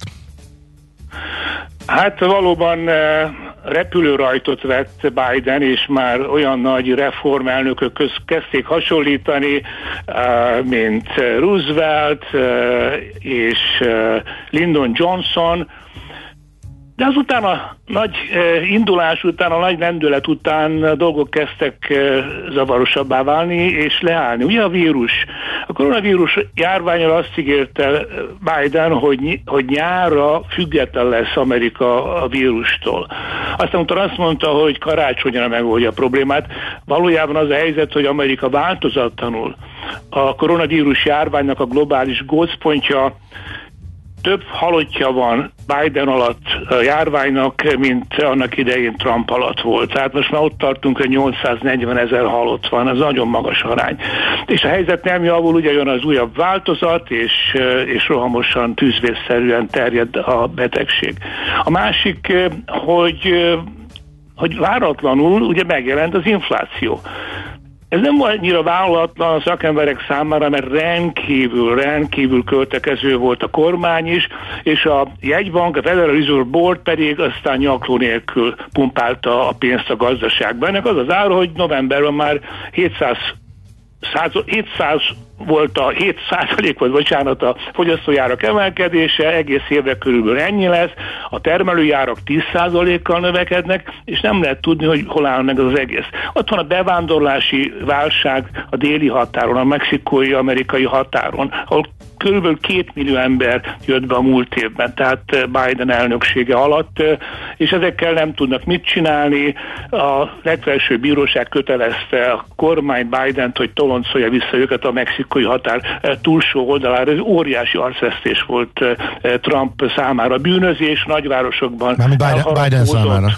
Hát valóban repülőrajtot vett Biden, és már olyan nagy reformelnökökhöz kezdték hasonlítani, mint Roosevelt és Lyndon Johnson, de azután a nagy indulás után, a nagy lendület után a dolgok kezdtek zavarosabbá válni és leállni. Ugye a vírus, a koronavírus járvánnyal azt ígérte Biden, hogy, hogy nyárra független lesz Amerika a vírustól. Aztán utána azt mondta, hogy karácsonyra megoldja a problémát. Valójában az a helyzet, hogy Amerika változatlanul a koronavírus járványnak a globális gócpontja, több halottja van Biden alatt a járványnak, mint annak idején Trump alatt volt. Tehát most már ott tartunk, hogy nyolcszáznegyven ezer halott van, ez nagyon magas arány. És a helyzet nem javul, ugye jön az újabb változat, és, és rohamosan, tűzvészszerűen terjed a betegség. A másik, hogy, hogy váratlanul ugye megjelent az infláció. Ez nem annyira vállalatlan a szakemberek számára, mert rendkívül, rendkívül költekező volt a kormány is, és a jegybank, a Federal Reserve Board pedig aztán nyakló nélkül pumpálta a pénzt a gazdaságba. Ennek az az ára, hogy novemberben már hétszáz volt a hét százalék volt, bocsánat, a fogyasztójárak emelkedése, egész évre körülbelül ennyi lesz, a termelőjárak tíz százalékkal növekednek, és nem lehet tudni, hogy hol áll meg az egész. Ott van a bevándorlási válság a déli határon, a mexikói-amerikai határon, ahol körülbelül két millió ember jött be a múlt évben, tehát Biden elnöksége alatt, és ezekkel nem tudnak mit csinálni. A legfelsőbb bíróság kötelezte a kormány Bident, hogy toloncolja vissza őket a mexikói határ túlsó oldalára. Ez óriási arcvesztés volt Trump számára. Bűnözés nagyvárosokban. Biden, Biden számára.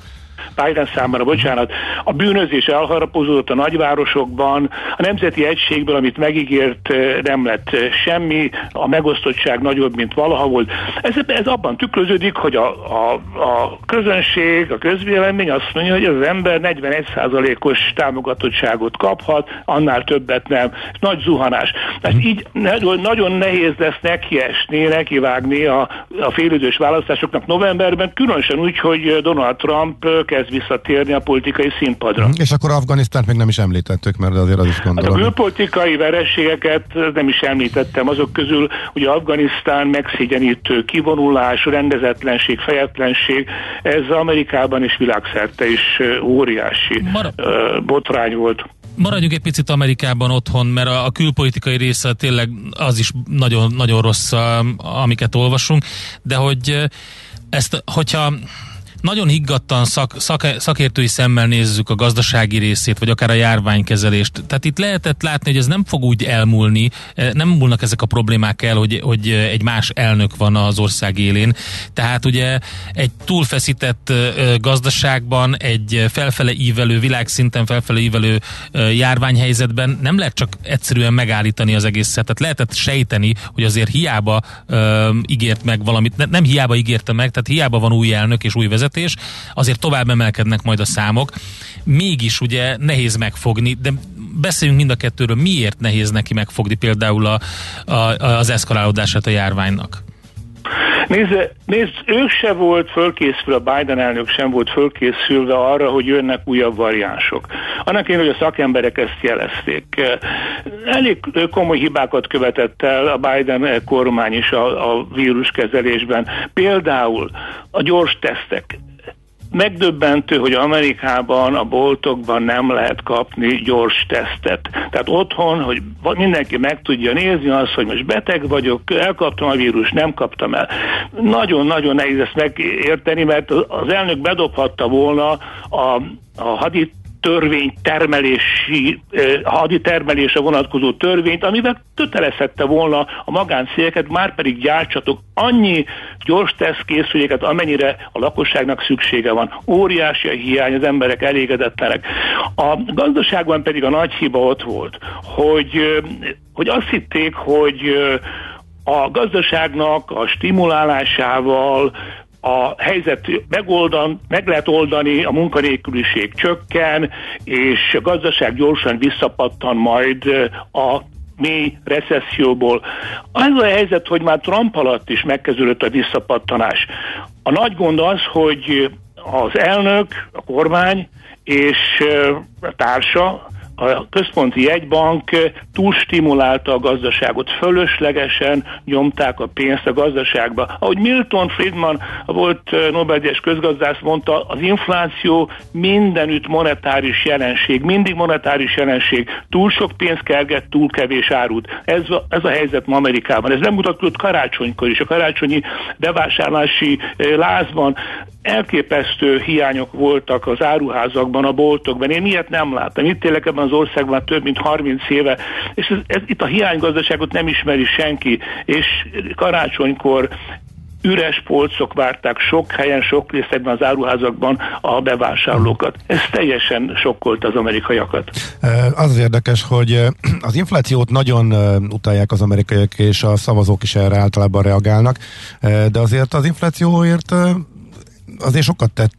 Biden számára, bocsánat, a bűnözés elharapózódott a nagyvárosokban, a nemzeti egységből, amit megígért, nem lett semmi, a megosztottság nagyobb, mint valaha volt. Ez, ez abban tükröződik, hogy a, a, a közönség, a közvélemény azt mondja, hogy az ember negyvenegy százalékos támogatottságot kaphat, annál többet nem. Nagy zuhanás. Tehát így nagyon nehéz lesz nekiesni, nekivágni a, a félidős választásoknak novemberben, különösen úgy, hogy Donald Trump kezd visszatérni a politikai színpadra. És akkor Afganisztánt még nem is említettük, mert azért az is gondolom. Hát a külpolitikai vereségeket nem is említettem, azok közül ugye Afganisztán megszégyenítő kivonulás, rendezetlenség, fejetlenség, ez Amerikában és világszerte is óriási Mar- botrány volt. Maradjunk egy picit Amerikában otthon, mert a, a külpolitikai része tényleg az is nagyon, nagyon rossz, amiket olvasunk, de hogy ezt, hogyha nagyon higgadtan szak, szak, szakértői szemmel nézzük a gazdasági részét, vagy akár a járványkezelést. Tehát itt lehetett látni, hogy ez nem fog úgy elmúlni, nem múlnak ezek a problémák el, hogy, hogy egy más elnök van az ország élén. Tehát ugye egy túlfeszített gazdaságban, egy felfele ívelő, világszinten felfele ívelő járványhelyzetben nem lehet csak egyszerűen megállítani az egészet. Tehát lehetett sejteni, hogy azért hiába um, ígért meg valamit, ne, nem hiába ígérte meg, tehát hiába van új elnök és új vezető, azért tovább emelkednek majd a számok. Mégis ugye nehéz megfogni, de beszéljünk mind a kettőről, miért nehéz neki megfogni például a, a, az eszkalálódását a járványnak? Nézd, nézd, ő se volt fölkészülve, a Biden elnök sem volt fölkészülve arra, hogy jönnek újabb variánsok. Annak én, hogy a szakemberek ezt jelezték. Elég komoly hibákat követett el a Biden kormány is a, a víruskezelésben. Például a gyors tesztek. Megdöbbentő, hogy Amerikában a boltokban nem lehet kapni gyors tesztet. Tehát otthon, hogy mindenki meg tudja nézni azt, hogy most beteg vagyok, elkaptam a vírus, nem kaptam el. Nagyon-nagyon nehéz ezt megérteni, mert az elnök bedobhatta volna a, a hadit törvény termelési, haditermelésre vonatkozó törvényt, amivel kötelezhette volna a magáncégeket, már pedig gyártsatok annyi gyors tesztkészüléket, amennyire a lakosságnak szüksége van. Óriási a hiány, az emberek elégedetlenek. A gazdaságban pedig a nagy hiba ott volt, hogy, hogy azt hitték, hogy a gazdaságnak a stimulálásával a helyzet megoldan, meg lehet oldani, a munkanélküliség csökken, és a gazdaság gyorsan visszapattan majd a mély recesszióból. Az a helyzet, hogy már Trump alatt is megkezdődött a visszapattanás. A nagy gond az, hogy az elnök, a kormány és a társa, a központi jegybank túlstimulálta a gazdaságot, fölöslegesen nyomták a pénzt a gazdaságba. Ahogy Milton Friedman, a volt Nobel-díjas közgazdász mondta, az infláció mindenütt monetáris jelenség, mindig monetáris jelenség. Túl sok pénz kerget, túl kevés árut. Ez a, ez a helyzet ma Amerikában. Ez nem mutatkozott karácsonykor is. A karácsonyi bevásárlási lázban elképesztő hiányok voltak az áruházakban, a boltokban. Én ilyet nem láttam. Itt élek ebben az az országban több mint harminc éve, és ez, ez, itt a hiánygazdaságot nem ismeri senki, és karácsonykor üres polcok várták sok helyen, sok részekben az áruházakban a bevásárlókat. Ez teljesen sokkolta az amerikaiakat. Az érdekes, hogy az inflációt nagyon utálják az amerikaiak, és a szavazók is erre általában reagálnak, de azért az inflációért azért sokat tett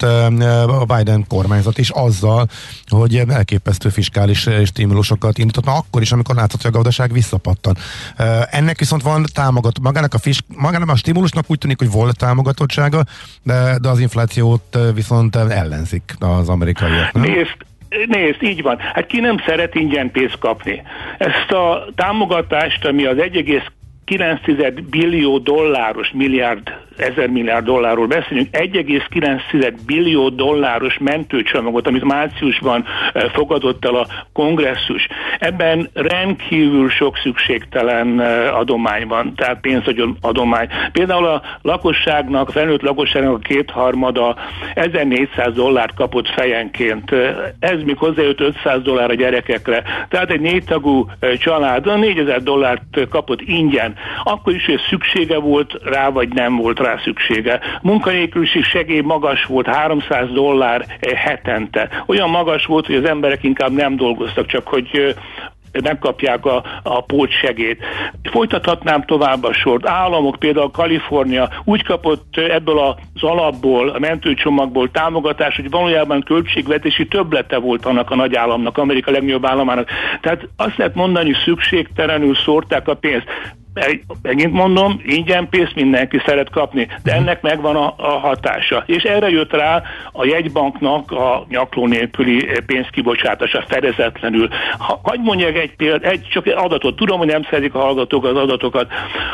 a Biden kormányzat is azzal, hogy elképesztő fiskális stimulusokat indított, már akkor is, amikor látszott, hogy a gazdaság visszapattan. Ennek viszont van támogat, magának a, fisk, magának a stimulusnak úgy tűnik, hogy volt támogatottsága, de, de az inflációt viszont ellenzik az amerikaiak. Nézd, Nézd, így van. Hát ki nem szeret ingyen pénzt kapni? Ezt a támogatást, ami az egy egész kilenc billió dolláros, milliárd, ezer milliárd dollárról beszélünk, egy egész kilenc billió dolláros mentőcsomagot, amit márciusban fogadott el a kongresszus. Ebben rendkívül sok szükségtelen adomány van, tehát pénzadomány. Például a lakosságnak, a felnőtt lakosságnak a kétharmada ezernégyszáz dollárt kapott fejenként. Ez még hozzájött ötszáz dollár a gyerekekre. Tehát egy négytagú család négyezer dollárt kapott ingyen. Akkor is, hogy szüksége volt rá, vagy nem volt rá szüksége. Munkanélküliség segély magas volt, háromszáz dollár hetente. Olyan magas volt, hogy az emberek inkább nem dolgoztak, csak hogy megkapják a, a pótsegélyt. Folytathatnám tovább a sort. Államok, például Kalifornia úgy kapott ebből az alapból, a mentőcsomagból támogatást, hogy valójában költségvetési többlete volt annak a nagy államnak, Amerika legnagyobb államának. Tehát azt lehet mondani, hogy szükségtelenül szórták a pénzt. Megint mondom, ingyen pénzt mindenki szeret kapni, de ennek megvan a, a hatása. És erre jött rá a jegybanknak a nyakló nélküli pénzkibocsátása fedezetlenül. Ha, hagy mondjak egy példát, egy, csak egy adatot, tudom, hogy nem szeretik a hallgatók az adatokat.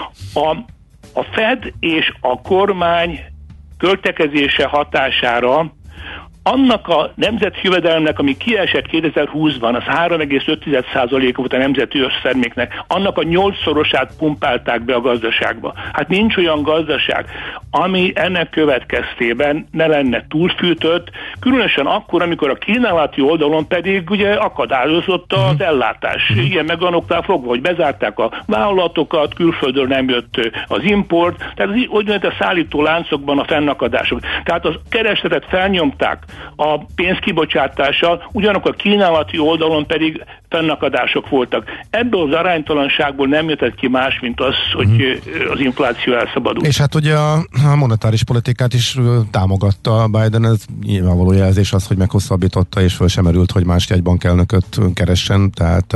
A, a Fed és a kormány költekezése hatására annak a nemzeti jövedelemnek, ami kiesett kétezer-húszban, az három egész öt százalék volt a nemzeti összterméknek, annak a nyolcszorosát pumpálták be a gazdaságba. Hát nincs olyan gazdaság, ami ennek következtében ne lenne túlfűtött, különösen akkor, amikor a kínálati oldalon pedig ugye akadályozott az ellátás. Ilyen meg annoknál fogva, hogy bezárták a vállalatokat, külföldről nem jött az import, tehát az úgynevezett a szállító láncokban a fennakadások. Tehát az keresletet felnyomták a pénzkibocsátással, ugyanakkor a kínálati oldalon pedig fennakadások voltak. Ebből az aránytalanságból nem jöttett ki más, mint az, hogy az infláció elszabadul. És hát ugye a monetáris politikát is támogatta Biden, ez nyilvánvaló jelzés az, hogy meghosszabbította, és föl sem merült, hogy más jegybankelnököt keressen, tehát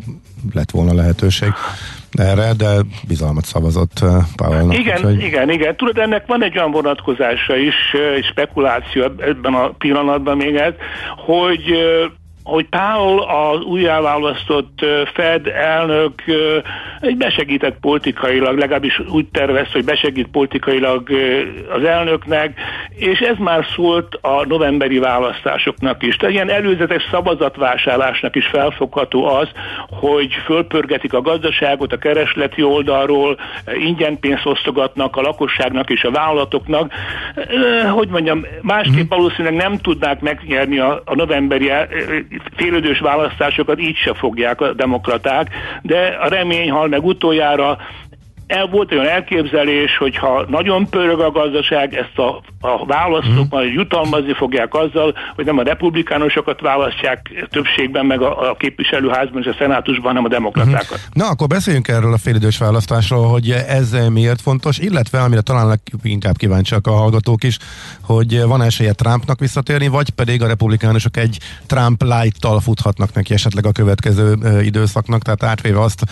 lett volna lehetőség erre, de bizalmat szavazott Powellnak. Igen, hogy... igen, igen. Tudod, ennek van egy olyan vonatkozása is, spekuláció ebben a pillanatban még ez, hogy hogy Powell az újjáválasztott Fed elnök egy besegített politikailag, legalábbis úgy tervezte, hogy besegít politikailag az elnöknek, és ez már szólt a novemberi választásoknak is. Tehát ilyen előzetes szavazatvásárlásnak is felfogható az, hogy fölpörgetik a gazdaságot a keresleti oldalról, ingyen pénzt osztogatnak a lakosságnak és a vállalatoknak. Hogy mondjam, másképp valószínűleg nem tudnák megnyerni a, a novemberi félidős választásokat, így se fogják a demokraták, de a remény hal meg utoljára. El volt olyan elképzelés, hogyha nagyon pörög a gazdaság, ezt a, a választók majd jutalmazni fogják azzal, hogy nem a republikánusokat választják többségben, meg a, a képviselőházban és a szenátusban, hanem a demokratákat. Na, akkor beszéljünk erről a félidős választásról, hogy ez miért fontos, illetve amire talán inkább kíváncsiak a hallgatók is, hogy van esélye Trumpnak visszatérni, vagy pedig a republikánusok egy Trump light-tal futhatnak neki esetleg a következő időszaknak, tehát átvéve azt,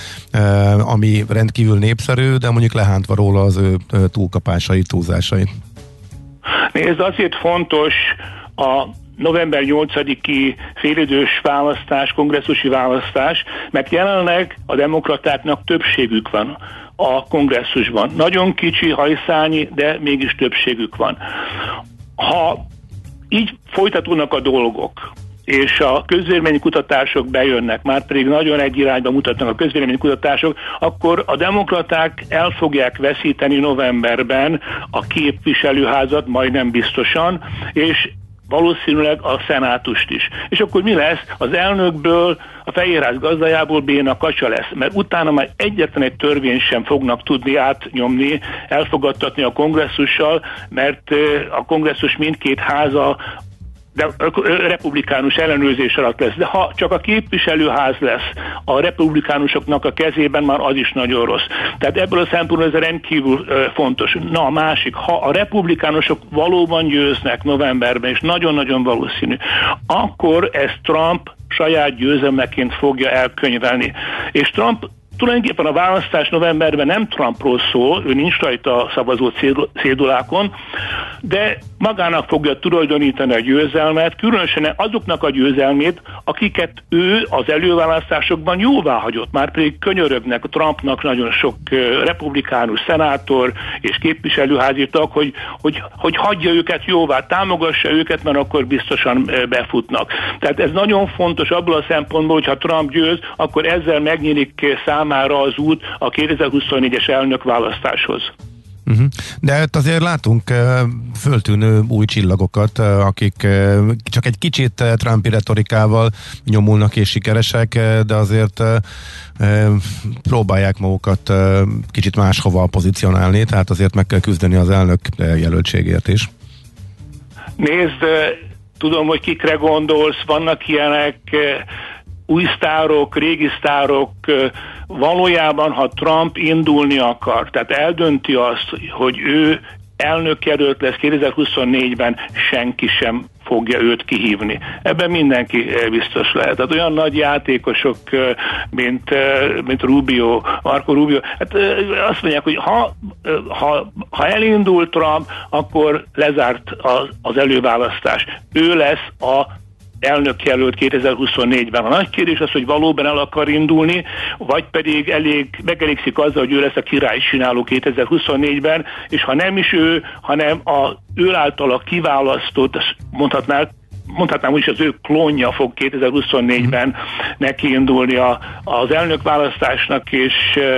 ami rendkívül népszerű, de mondjuk lehántva róla az ő túlkapásai, túlzásai. Nézd, azért fontos a november nyolcadiki félidős választás, kongresszusi választás, mert jelenleg a demokratáknak többségük van a kongresszusban. Nagyon kicsi, hajszányi, de mégis többségük van. Ha így folytatódnak a dolgok, és a közvéleménykutatások bejönnek, már pedig nagyon egy irányba mutatnak a közvéleménykutatások, akkor a demokraták el fogják veszíteni novemberben a képviselőházat, majdnem biztosan, és valószínűleg a szenátust is. És akkor mi lesz? Az elnökből, a Fehérház gazdájából béna kacsa lesz, mert utána már egyetlen egy törvényt sem fognak tudni átnyomni, elfogadtatni a kongresszussal, mert a kongresszus mindkét háza de republikánus ellenőrzés alatt lesz. De ha csak a képviselőház lesz a republikánusoknak a kezében, már az is nagyon rossz. Tehát ebből a szempontból ez rendkívül fontos. Na a másik, ha a republikánusok valóban győznek novemberben, és nagyon-nagyon valószínű, akkor ez Trump saját győzelmeként fogja elkönyvelni. És Trump tulajdonképpen a választás novemberben nem Trumpról szól, ő nincs rajta a szavazó cédulákon, de magának fogja tulajdonítani a győzelmet, különösen azoknak a győzelmét, akiket ő az előválasztásokban jóvá hagyott. Már pedig könyörögnek Trumpnak nagyon sok republikánus szenátor és képviselőházi tag, hogy, hogy, hogy hagyja őket jóvá, támogassa őket, mert akkor biztosan befutnak. Tehát ez nagyon fontos abból a szempontból, hogy ha Trump győz, akkor ezzel megnyílik számára az út a kétezer-huszonnégyes elnökválasztáshoz. Uh-huh. De hát azért látunk uh, föltűnő új csillagokat, uh, akik uh, csak egy kicsit uh, Trumpi retorikával nyomulnak és sikeresek, uh, de azért uh, uh, próbálják magukat uh, kicsit máshova pozícionálni, tehát azért meg kell küzdeni az elnök uh, jelöltségért is. Nézd, uh, tudom, hogy kikre gondolsz, vannak ilyenek, uh, új sztárok, régi sztárok, valójában, ha Trump indulni akar, tehát eldönti azt, hogy ő elnökjelölt lesz kétezer-huszonnégyben, senki sem fogja őt kihívni. Ebben mindenki biztos lehet. Tehát olyan nagy játékosok, mint, mint Rubio, Marco Rubio, hát azt mondják, hogy ha, ha, ha elindul Trump, akkor lezárt az, az előválasztás. Ő lesz a elnökjelölt kétezer-huszonnégyben. A nagy kérdés az, hogy valóban el akar indulni, vagy pedig elég, megelégszik azzal, hogy ő lesz a királycsináló kétezer-huszonnégyben, és ha nem is ő, hanem a ő általa kiválasztott, mondhatnál, mondhatnám úgy is, az ő klónja fog kétezer-huszonnégyben neki indulni a, az elnökválasztásnak, és,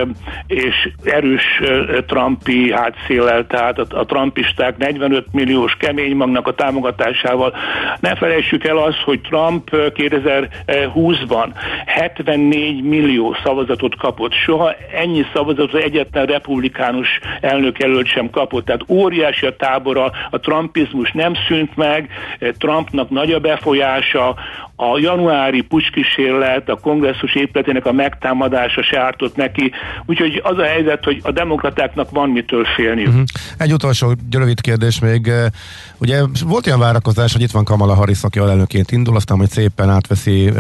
és erős Trumpi hátszéllel, tehát a, a trumpisták negyvenöt milliós kemény magnak a támogatásával. Ne felejtsük el azt, hogy Trump kétezer-húszban hetvennégy millió szavazatot kapott. Soha ennyi szavazatot egyetlen republikánus elnökjelölt sem kapott. Tehát óriási a tábora, a trumpizmus nem szűnt meg, Trumpnak nagy a befolyása, a januári pucskísérlet, a kongresszus épületének a megtámadása se ártott neki, úgyhogy az a helyzet, hogy a demokratáknak van mitől félniük. Uh-huh. Egy utolsó rövid kérdés még. Ugye volt olyan várakozás, hogy itt van Kamala Harris, aki alelnökként indul, aztán hogy szépen átveszi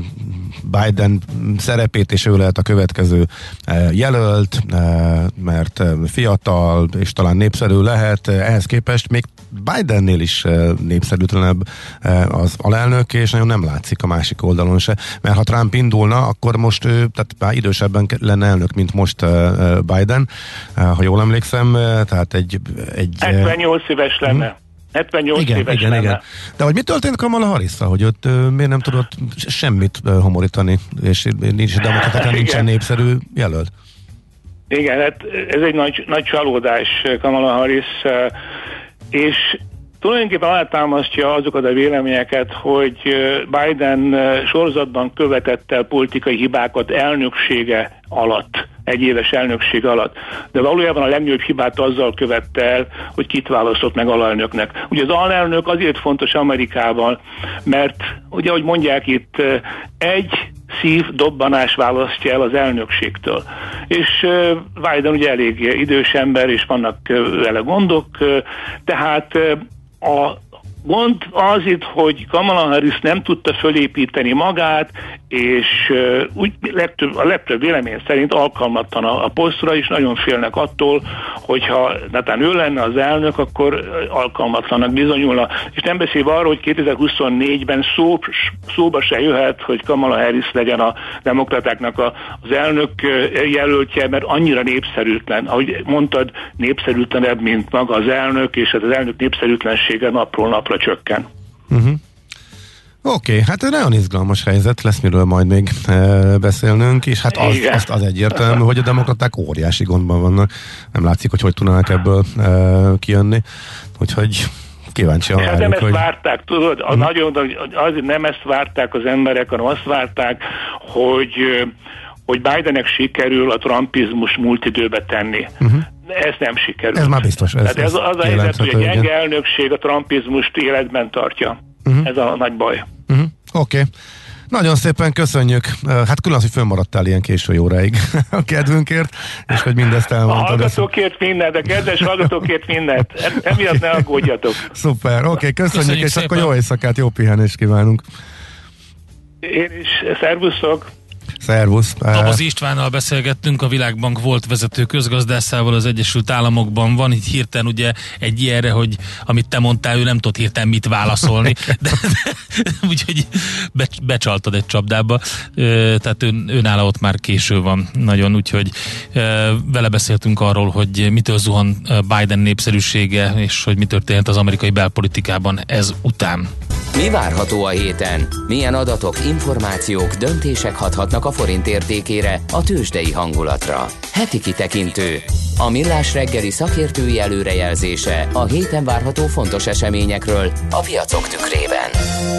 Biden szerepét, és ő lehet a következő jelölt, mert fiatal, és talán népszerű lehet. Ehhez képest még Bidennél is népszerűtlenebb az alelnök, és nagyon nem látszik a másik oldalon se, mert ha Trump indulna, akkor most ő, tehát már idősebben lenne elnök, mint most Biden, ha jól emlékszem, tehát egy... egy hetvennyolc éves lenne. Hmm. hetvennyolc igen, éves igen, lenne. Igen. De hogy mi történt Kamala Harrisszal, hogy ott uh, miért nem tudott semmit uh, homorítani, és nincs demokratán nincsen népszerű jelölt? Igen, hát ez egy nagy, nagy csalódás Kamala Harris, uh, és tulajdonképpen alátámasztja azokat a véleményeket, hogy Biden sorozatban követett el politikai hibákat elnöksége alatt, egy éves elnökség alatt. De valójában a legnagyobb hibát azzal követte el, hogy kit választott meg alelnöknek. Ugye az alelnök azért fontos Amerikában, mert ugye, ahogy mondják itt, egy szívdobbanás választja el az elnökségtől. És Biden ugye elég idős ember, és vannak vele gondok, tehát a gond az itt, hogy Kamala Harris nem tudta fölépíteni magát, és uh, úgy legtöbb, a legtöbb vélemény szerint alkalmatlan a, a posztra, és nagyon félnek attól, hogyha netán ő lenne az elnök, akkor alkalmatlanak bizonyulna. És nem beszélve arról, hogy kétezer-huszonnégyben szó, szóba se jöhet, hogy Kamala Harris legyen a demokratáknak a, az elnök jelöltje, mert annyira népszerűtlen. Ahogy mondtad, népszerűtlenebb, mint maga az elnök, és az elnök népszerűtlensége napról napra csökken. Uh-huh. Oké, okay, hát nagyon izgalmas helyzet, lesz miről majd még e, beszélnünk, és hát az, azt az egyértelmű, hogy a demokraták óriási gondban vannak. Nem látszik, hogy hogy tudnának ebből e, kijönni. Úgyhogy kíváncsian hát várjuk, nem ezt hogy... várták, tudod, a uh-huh. nagyon, azért nem ezt várták az emberek, hanem azt várták, hogy, hogy Bidennek sikerül a trumpizmus múlt időbe tenni. Uh-huh. Ez nem sikerült. Ez már biztos. Ez, ez, ez az a helyzet, hogy a gyenge elnökség a trumpizmust életben tartja. Uh-huh. Ez a nagy baj. Uh-huh. Oké. Okay. Nagyon szépen köszönjük. Hát külön az, hogy fönnmaradtál ilyen késő óráig a kedvünkért, és hogy mindezt elmondtad. A hallgatókért mindent, a kedves hallgatókért mindent. Emiatt ne aggódjatok. Szuper, oké, okay, köszönjük, köszönjük, és szépen. Akkor jó éjszakát, jó pihenést kívánunk. Én is, szervuszok. Szervusz. Taboz Istvánnal beszélgettünk, a Világbank volt vezető közgazdászával az Egyesült Államokban. Van itt hirtelen ugye egy ilyenre, hogy amit te mondtál, ő nem tud hirtelen mit válaszolni. De, de, úgyhogy be, becsaltad egy csapdába. Tehát ő, őnála ott már késő van nagyon, úgyhogy vele beszéltünk arról, hogy mitől zuhan Biden népszerűsége, és hogy mi történt az amerikai belpolitikában ez után. Mi várható a héten? Milyen adatok, információk, döntések hathatnak a forint értékére, a tőzsdei hangulatra? Heti kitekintő. A Millás reggeli szakértői előrejelzése a héten várható fontos eseményekről a piacok tükrében.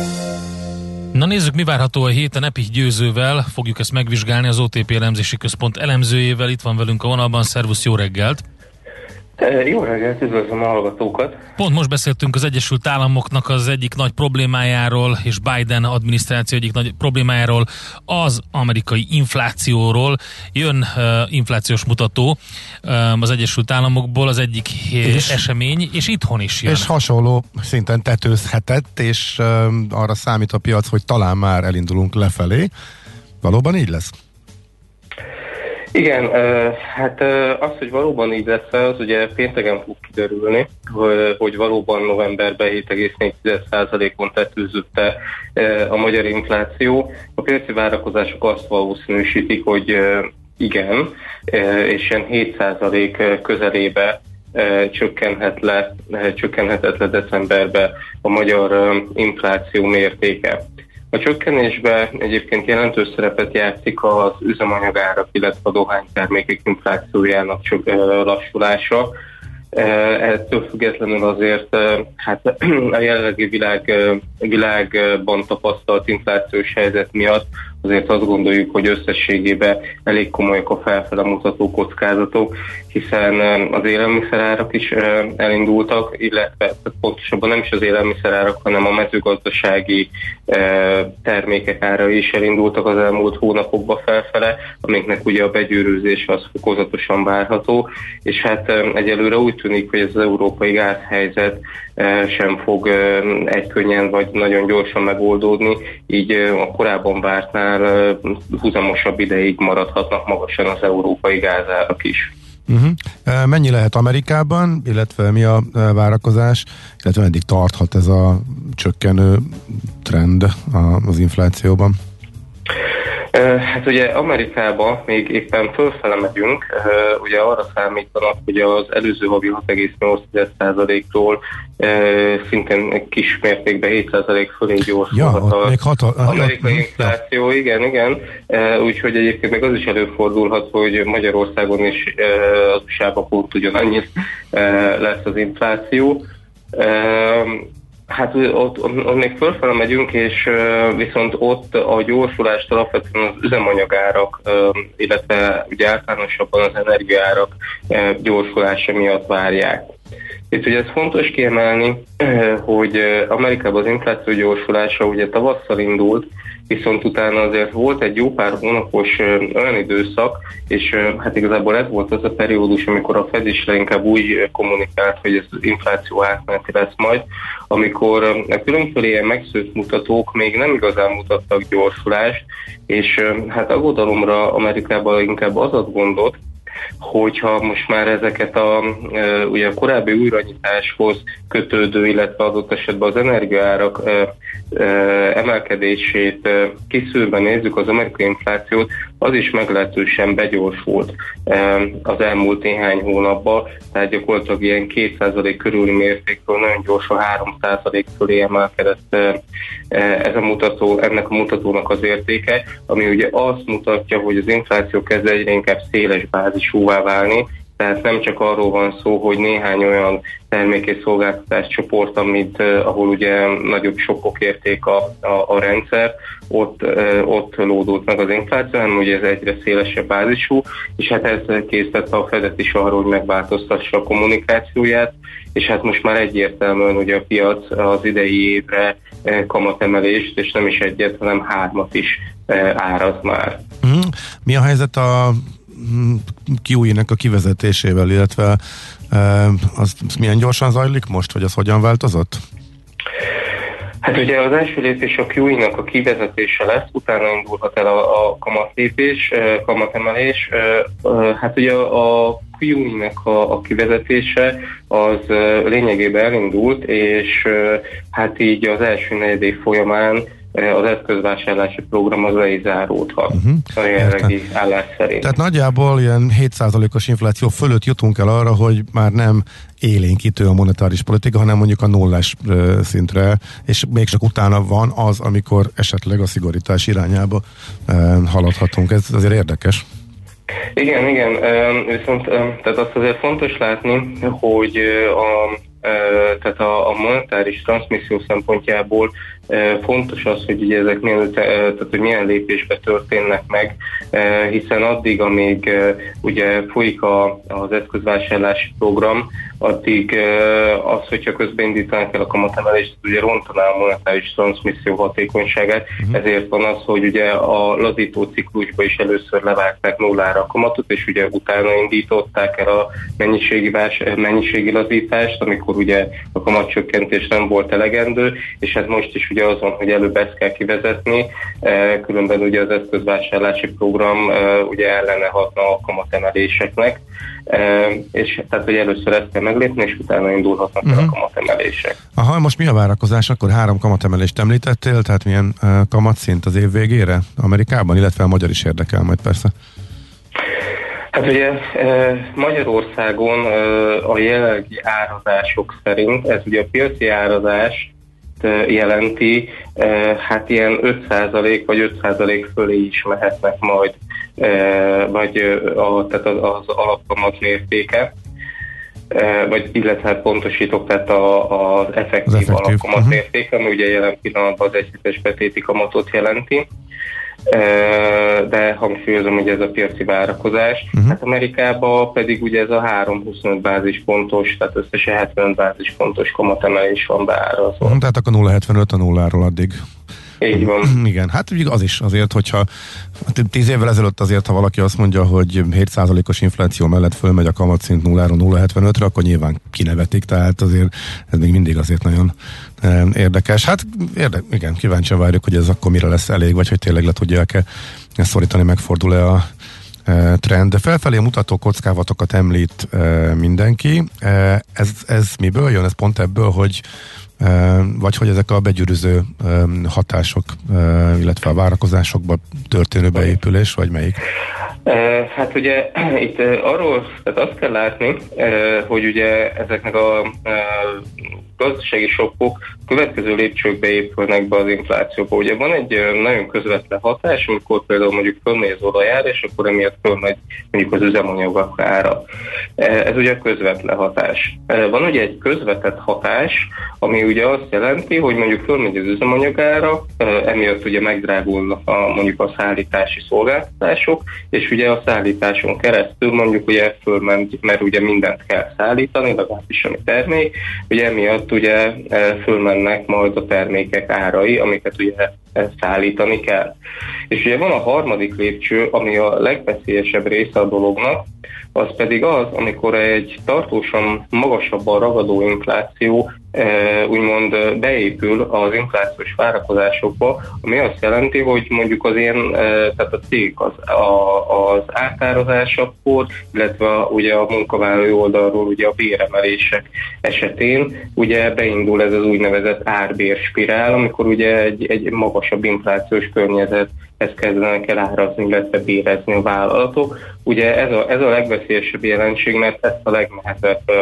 Na nézzük, mi várható a héten. Epich Győzővel fogjuk ezt megvizsgálni, az o té pé elemzési központ elemzőjével. Itt van velünk a vonalban. Szervusz, jó reggelt! Jó reggelt, üdvözlöm a hallgatókat! Pont most beszéltünk az Egyesült Államoknak az egyik nagy problémájáról, és Biden adminisztráció egyik nagy problémájáról, az amerikai inflációról. Jön uh, inflációs mutató uh, az Egyesült Államokból, az egyik és, esemény, és itthon is jön. És hasonló szinten tetőzhetett, és uh, arra számít a piac, hogy talán már elindulunk lefelé. Valóban így lesz? Igen, hát az, hogy valóban így lesz, az ugye pénteken fog kiderülni, hogy valóban novemberben hét egész négy százalékon tetőzötte a magyar infláció. A piaci várakozások azt valószínűsítik, hogy igen, és ilyen hét százalék közelébe csökkenhet le, csökkenhetett le decemberben a magyar infláció mértéke. A csökkenésben egyébként jelentős szerepet játszik az üzemanyagárak, illetve a dohánytermékek inflációjának csak lassulása. Ettől függetlenül azért hát a jelenlegi világ, világban tapasztalt inflációs helyzet miatt azért azt gondoljuk, hogy összességében elég komolyak a felfele mutató kockázatok, hiszen az élelmiszerárak is elindultak, illetve pontosabban nem is az élelmiszerárak, hanem a mezőgazdasági termékek ára is elindultak az elmúlt hónapokban felfele, amiknek ugye a begyűrűzés az fokozatosan várható, és hát egyelőre úgy tűnik, hogy ez az európai gázhelyzet sem fog egykönnyen vagy nagyon gyorsan megoldódni, így a korábban vártnál húzamosabb ideig maradhatnak magasan az európai gázárak is. Uh-huh. Mennyi lehet Amerikában, illetve mi a várakozás, illetve meddig tarthat ez a csökkenő trend az inflációban? Hát ugye Amerikában még éppen fölfele megyünk, ugye arra számítanak, hogy az előző havi hat egész nyolc százalékról szintén kis mértékben hét százalék fölé gyorsulhat ja, az amerikai infláció, igen, igen, úgyhogy egyébként még az is előfordulhat, hogy Magyarországon is az u es á-ban pont ugyanannyit lesz az infláció. Hát ott, ott még fölfele megyünk, és viszont ott a gyorsulást alapvetően az üzemanyagárak, illetve ugye általánosabban az energiaárak gyorsulása miatt várják. Itt ugye ez fontos kiemelni, hogy Amerikában az infláció gyorsulása ugye tavasszal indult, viszont utána azért volt egy jó pár hónapos olyan időszak, és hát igazából ez volt az a periódus, amikor a Fed is leginkább úgy kommunikált, hogy ez az infláció átmeneti lesz majd, amikor a különféle ilyen megszűrt mutatók még nem igazán mutattak gyorsulást, és hát aggodalomra Amerikában inkább az ad gondot, hogyha most már ezeket a, ugye a korábbi újranyitáshoz kötődő, illetve adott esetben az energiaárak emelkedését kiszűrve nézzük az amerikai inflációt, az is meglehetősen begyorsult az elmúlt néhány hónapban, tehát gyakorlatilag ilyen két százalék körüli mértékről nagyon gyorsan három százalék fölé emelkedett ez a mutató, ennek a mutatónak az értéke, ami ugye azt mutatja, hogy az infláció kezd egyre inkább széles bázisúvá válni, tehát nem csak arról van szó, hogy néhány olyan termék- és szolgáltatás csoport, amit, uh, ahol ugye nagyobb sokkok érték a, a, a rendszer, ott, uh, ott lódult meg az infláció, hanem ugye ez egyre szélesebb bázisú, és hát ez készítette a Fedet is arról, hogy megváltoztassa a kommunikációját, és hát most már egyértelműen ugye a piac az idei évre uh, kamatemelést, és nem is egyet, hanem hármat is uh, áraz már. Mm. Mi a helyzet a kú í nek a kivezetésével, illetve az milyen gyorsan zajlik most, vagy az hogyan változott? Hát ugye az első lépés a kú í-nak a kivezetése lesz, utána indulhat el a, a kamatlépés, kamatemelés. Hát ugye a kú í-nek a, a kivezetése az lényegében elindult, és hát így az első negyedév folyamán az eszközvásárlási program az le is záródhat. Uh-huh. A jelenlegi állás szerint. Tehát nagyjából ilyen hét százalékos infláció fölött jutunk el arra, hogy már nem élénkítő a monetáris politika, hanem mondjuk a nullás uh, szintre, és még csak utána van az, amikor esetleg a szigorítás irányába uh, haladhatunk. Ez azért érdekes. Igen, igen, viszont tehát azt azért fontos látni, hogy a, tehát a, a monetáris transzmisszió szempontjából fontos az, hogy ugye ezek milyen, tehát, hogy milyen lépésbe történnek meg, hiszen addig, amíg ugye folyik a, az eszközvásárlási program, addig az, hogyha közben indítanak el a kamatemelést, ugye rontaná a monetáris transzmisszió hatékonyságát, uh-huh. Ezért van az, hogy ugye a lazító ciklusba is először levágták nullára a kamatot, és ugye utána indították el a mennyiségi, vás, mennyiségi lazítást, amikor ugye a kamatcsökkentés nem volt elegendő, és hát most is ugye azon, hogy előbb ezt kell kivezetni, különben ugye az eszközvásárlási program ugye ellene hatna a kamatemeléseknek, és tehát, hogy először ezt kell meglépni, és utána indulhatnak uh-huh. a kamatemelések. Aha, most mi a várakozás? Akkor három kamatemelést említettél, tehát milyen uh, kamatszint az év végére Amerikában, illetve a magyar is érdekel majd persze. Hát ugye Magyarországon a jelenlegi árazások szerint, ez ugye a piaci árazás jelenti, hát ilyen öt százalék vagy öt százalék fölé is mehetnek majd, vagy a, tehát az, az alapkamat mértéke, vagy illetve pontosítok, tehát a, az effektív, effektív. alapkamat mértéke, ami ugye jelen pillanatban az egyhetes betéti kamatot jelenti. De hangsúlyozom, hogy ez a piaci várakozás. Uh-huh. Hát Amerikában pedig ugye ez a három egész huszonöt bázispontos, tehát összesen hetven bázispontos kamatemelés van beárazva. Uh-huh, tehát akkor nulla egész hetvenöt a nulláról addig. Így van. Igen, hát ugye az is azért, hogyha tíz évvel ezelőtt azért, ha valaki azt mondja, hogy hét százalékos infláció mellett fölmegy a kamatszint nulláról nulla egész hetvenötre, akkor nyilván kinevetik, tehát azért ez még mindig azért nagyon eh, érdekes. Hát érde, igen, kíváncsian várjuk, hogy ez akkor mire lesz elég, vagy hogy tényleg le tudják-e szorítani, megfordul-e a eh, trend. De felfelé mutató kockávatokat említ eh, mindenki. Eh, ez, ez miből jön? Ez pont ebből, hogy vagy hogy ezek a begyűrűző hatások, illetve a várakozásokba történő beépülés, vagy melyik? Hát ugye itt arról, tehát azt kell látni, hogy ugye ezeknek a gazdasági sokkok következő lépcsőkbe épülnek be az inflációba. Ugye van egy nagyon közvetlen hatás, amikor például mondjuk fölmegy az olajár, és akkor emiatt fölmegy mondjuk az üzemanyagok ára. Ez ugye közvetlen hatás. Van ugye egy közvetett hatás, ami ugye azt jelenti, hogy mondjuk fölmegy az üzemanyag ára, emiatt ugye megdrágulnak a, mondjuk a szállítási szolgáltatások, és ugye a szállításon keresztül mondjuk ugye fölmegy, mert ugye mindent kell szállítani, legalábbis ami termék, ugye emiatt ugye fölmennek majd a termékek árai, amiket ugye szállítani kell. És ugye van a harmadik lépcső, ami a legveszélyesebb része a dolognak, az pedig az, amikor egy tartósan magasabban ragadó infláció úgymond beépül az inflációs várakozásokba, ami azt jelenti, hogy mondjuk az ilyen, tehát a cég az, a, az átározásakor, illetve ugye a munkavállalói oldalról ugye a béremelések esetén ugye beindul ez az úgynevezett árbérspirál, amikor ugye egy, egy magasabb inflációs környezet ezt kezdenek el árazni, illetve bérezni a vállalatok. Ugye ez a, ez a legveszélyesebb jelenség, mert ezt a legnehezebb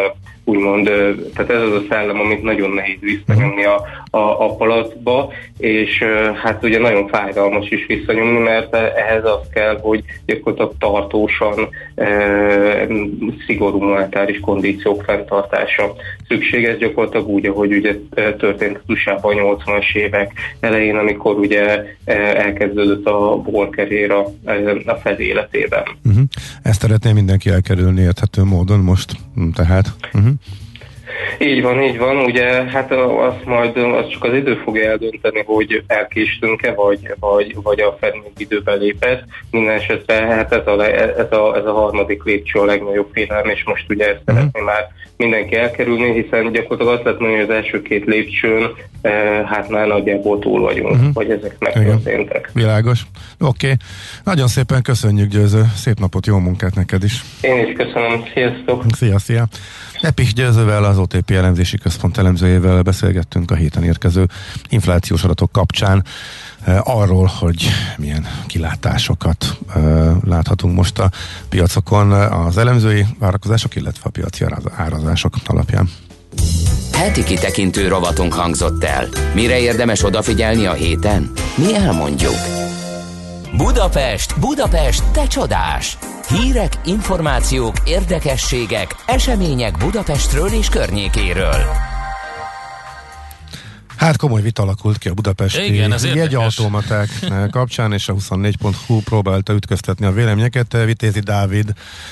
úgymond, tehát ez az a szellem, amit nagyon nehéz visszanyomni a, a, a palacba, és hát ugye nagyon fájdalmas is visszanyomni, mert ehhez az kell, hogy gyakorlatilag tartósan e, szigorú monetáris kondíciók fenntartása szükséges, gyakorlatilag úgy, ahogy ugye történt az u es á-ban a nyolcvanas évek elején, amikor ugye elkezdődött a borkeréra a Fed életében. Uh-huh. Ezt szeretné mindenki elkerülni érthető módon most, tehát. Uh-huh. Így van, így van, ugye hát azt majd az csak az idő fogja eldönteni, hogy elkéstünk-e, vagy, vagy, vagy a Fed még időben lépett. Minden esetre hát ez a, ez, a, ez a harmadik lépcső a legnagyobb félelem, és most ugye ezt uh-huh. szeretné már mindenki elkerülni, hiszen gyakorlatilag azt lehet mondani, hogy az első két lépcsőn eh, hát már nagyjából túl vagyunk, uh-huh. vagy ezek megtörténtek. Világos. Oké. Okay. Nagyon szépen köszönjük, Győző. Szép napot, jó munkát neked is. Én is köszönöm. Sziasztok. Szia, szia. Epich Győzővel, az o té pé elemzési központ elemzőjével beszélgettünk a héten érkező inflációs adatok kapcsán arról, hogy milyen kilátásokat láthatunk most a piacokon az elemzői várakozások, illetve a piaci árazások alapján. Heti kitekintő rovatunk hangzott el. Mire érdemes odafigyelni a héten? Mi elmondjuk. Budapest, Budapest, te csodás! Hírek, információk, érdekességek, események Budapestről és környékéről. Hát komoly vita alakult ki a budapesti jegyautomaták kapcsán, és a huszonnégy pont hu próbálta ütköztetni a véleményeket. Vitézi Dávid,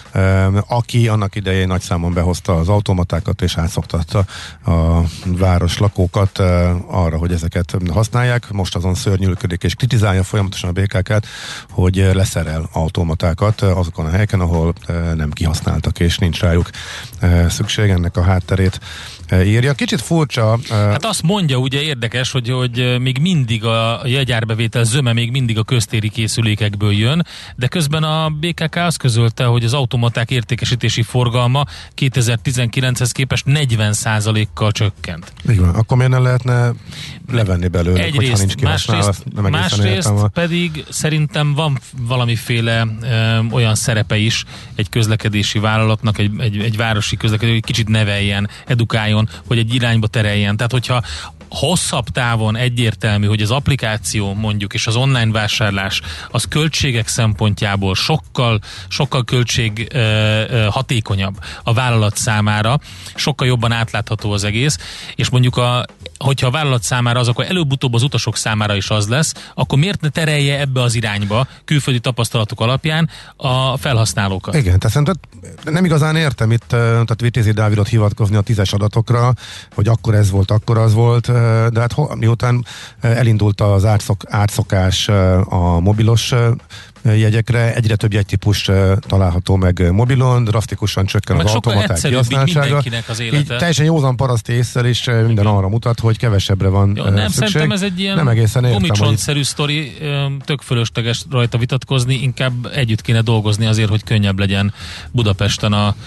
aki annak idején nagy számon behozta az automatákat, és átszoktatta a város lakókat arra, hogy ezeket használják. Most azon szörnyűködik, és kritizálja folyamatosan a bé ká ká-t, hogy leszerel automatákat azokon a helyeken, ahol nem kihasználtak, és nincs rájuk szükség. Ennek a hátterét írja. Kicsit furcsa. Hát azt mondja, ugye érdekes, hogy, hogy még mindig a jegyárbevétel zöme még mindig a köztéri készülékekből jön, de közben a bé ká ká azt közölte, hogy az automaták értékesítési forgalma kétezer-tizenkilenchez képest negyven százalékkal csökkent. Igen, akkor miért ne lehetne levenni belőle, egyrészt, hogyha nincs kihasználva? Másrészt, másrészt pedig szerintem van valamiféle ö, olyan szerepe is egy közlekedési vállalatnak, egy, egy, egy városi közlekedő, hogy kicsit neveljen, edukáljon, hogy egy irányba tereljen. Tehát, hogyha hosszabb távon egyértelmű, hogy az applikáció mondjuk és az online vásárlás az költségek szempontjából sokkal, sokkal költség ö, ö, hatékonyabb a vállalat számára, sokkal jobban átlátható az egész, és mondjuk a, hogyha a vállalat számára az, akkor előbb-utóbb az utasok számára is az lesz, akkor miért ne terelje ebbe az irányba külföldi tapasztalatok alapján a felhasználókat? Igen, tehát szerintem nem igazán értem itt, tehát Vitézi Dávidot hivatkozni a tízes adatokra, hogy akkor ez volt, akkor az volt, de hát miután elindult az átszok, átszokás a mobilos jegyekre, egyre több jegytípus található meg mobilon, drasztikusan csökken meg az automaták kihasználtsága. Így teljesen józan paraszt észsel is minden igen. arra mutat, hogy kevesebbre van jó, nem, szükség. Szerintem ez egy ilyen nem egészen értem, gumicsontszerű hogy... sztori, tök fölösleges rajta vitatkozni, inkább együtt kéne dolgozni azért, hogy könnyebb legyen Budapesten a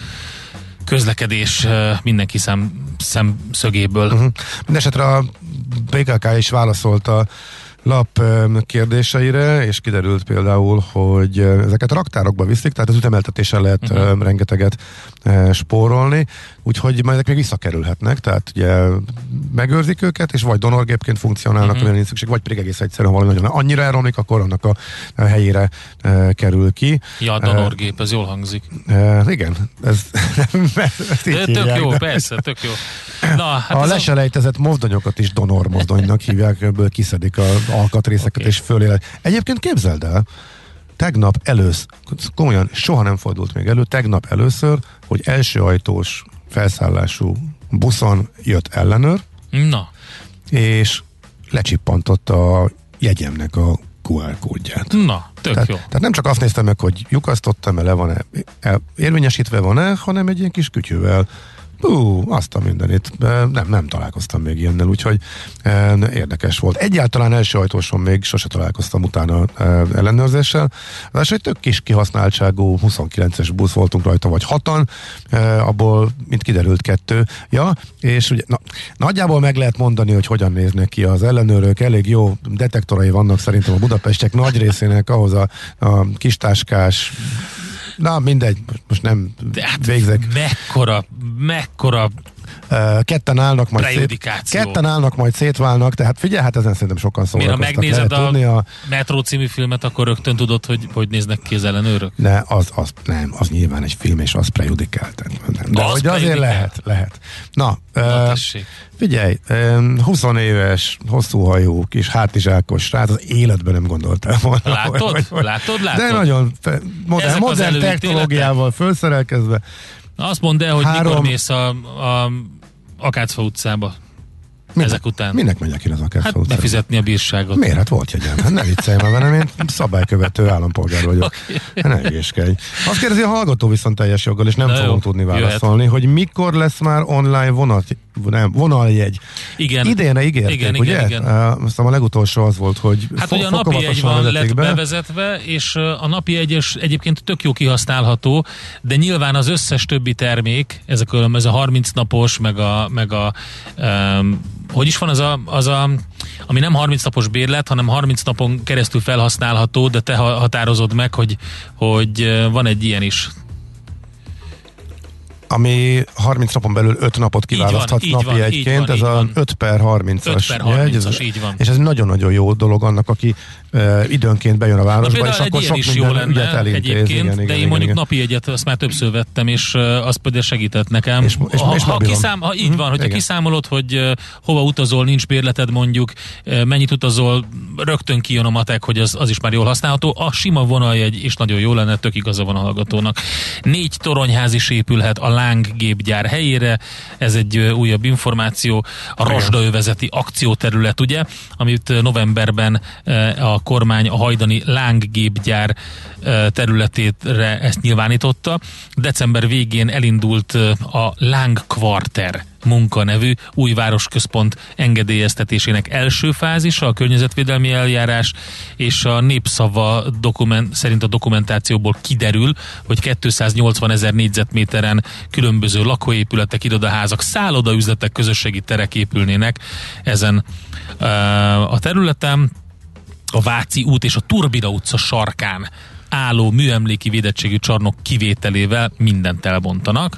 közlekedés mindenki szem, szemszögéből. Uh-huh. Mindenesetre a bé ká ká is válaszolt a lap kérdéseire, és kiderült például, hogy ezeket raktárokba viszik, tehát az üzemeltetéssel lehet uh-huh. rengeteget spórolni, úgyhogy majd ezek még visszakerülhetnek, tehát ugye megőrzik őket, és vagy donorgépként funkcionálnak, uh-huh. nincs szükség, vagy pedig egész egyszerűen valami nagyon annyira elromlik, akkor annak a helyére kerül ki. Ja, a donorgép, ez jól hangzik. Igen, ez, ez tök hívják, jó, de. Persze, tök jó. Na, hát a leselejtezett a... mozdonyokat is donormozdonynak hívják, ebből kiszedik az alkatrészeket okay. és fölélet. Egyébként képzeld el, tegnap először, komolyan soha nem fordult még elő, tegnap először, hogy első ajtós felszállású buszon jött ellenőr, na. és lecsippantotta a jegyemnek a kú er kódját. Na, tök tehát, jó. Tehát nem csak azt néztem meg, hogy lyukasztottam-e, le van-e, érvényesítve van-e, hanem egy ilyen kis kütyűvel. Hú, azt a mindenit. Nem, nem találkoztam még ilyennel, úgyhogy e, érdekes volt. Egyáltalán első ajtóson még sose találkoztam utána e, ellenőrzéssel. Az egy tök kis kihasználtságú huszonkilences busz voltunk rajta, vagy hatan, e, abból mint kiderült kettő. Ja, és ugye na, nagyjából meg lehet mondani, hogy hogyan néznek ki az ellenőrök. Elég jó detektorai vannak szerintem a budapestiek nagy részének ahhoz a, a kistáskás Na mindegy, most nem hát végzek. Mekkora, mekkora Uh, ketten állnak, majd szét, ketten állnak, majd szétválnak, tehát figyelj, hát ezen szerintem sokan szórakoztak. Miért, ha megnézed a, tudni, a Metro című filmet, akkor rögtön tudod, hogy hogy néznek ki az ellenőrök? Ne, az, az, nem, az nyilván egy film, és az prejudikált. De az hogy azért lehet, lehet. Na, Na uh, figyelj, um, húsz éves, hosszú hajú, kis hátizsákos srác, az életben nem gondoltál volna. Látod? Hogy, hogy, látod, látod? De nagyon fe, modern, modern technológiával felszerelkezve. Azt mondd el, hogy Három... mikor mész a, a Akácfa utcába. Minek, ezek után. Minek megyek én az Akácfa hát utcába? befizetni a bírságot. Miért? Hát volt jegyem. Hát ne viccelj már velem, én szabálykövető állampolgár vagyok. Okay. Ne egészkedj. Azt kérdezi a hallgató viszont teljes joggal, és nem Na fogunk jó, tudni válaszolni, jöhet. Hogy mikor lesz már online vonat, nem, vonaljegy. Igen. Idénre ígérték, igen, ugye? Igen, igen. Uh, aztán a legutolsó az volt, hogy hát ugye a napi jegy van lett be. bevezetve, és a napi jegyes egyébként tök jó kihasználható, de nyilván az összes többi termék, ezek a, ez a harminc napos, meg a, meg a um, hogy is van az a, az a, ami nem harminc napos bérlet, hanem harminc napon keresztül felhasználható, de te határozod meg, hogy, hogy van egy ilyen is. Ami harminc napon belül öt napot kiválaszthatsz így napi van, egyként, van, ez a öt per harmincas jegy, ez, így van. És ez nagyon-nagyon jó dolog annak, aki uh, időnként bejön a városba, és akkor sok is minden jó lenne, ügyet elintéz. Igen, igen, de igen, én mondjuk igen. napi jegyet azt már többször vettem, és uh, az például segített nekem. És, és, ha, és ha kiszám, ha így van, hogyha igen. kiszámolod, hogy uh, hova utazol, nincs bérleted mondjuk, uh, mennyit utazol, rögtön kijön a matek, hogy az, az is már jól használható. A sima vonaljegy is nagyon jó lenne, tök igaza van a hallgatónak. Négy toronyház is épülhet a lánggépgyár helyére, ez egy uh, újabb információ. A rozsdaövezeti akcióterület, ugye, amit novemberben uh, a kormány a hajdani lánggépgyár uh, területére ezt nyilvánította. December végén elindult uh, a Lángkvarter munkanevű új városközpont engedélyeztetésének első fázisa, a környezetvédelmi eljárás, és a Népszava dokument, szerint a dokumentációból kiderül, hogy kétszáznyolcvanezer négyzetméteren különböző lakóépületek, irodaházak, szállodaüzletek, közösségi terek épülnének ezen uh, a területen. A Váci út és a Turbina utca sarkán álló műemléki védettségű csarnok kivételével mindent elbontanak.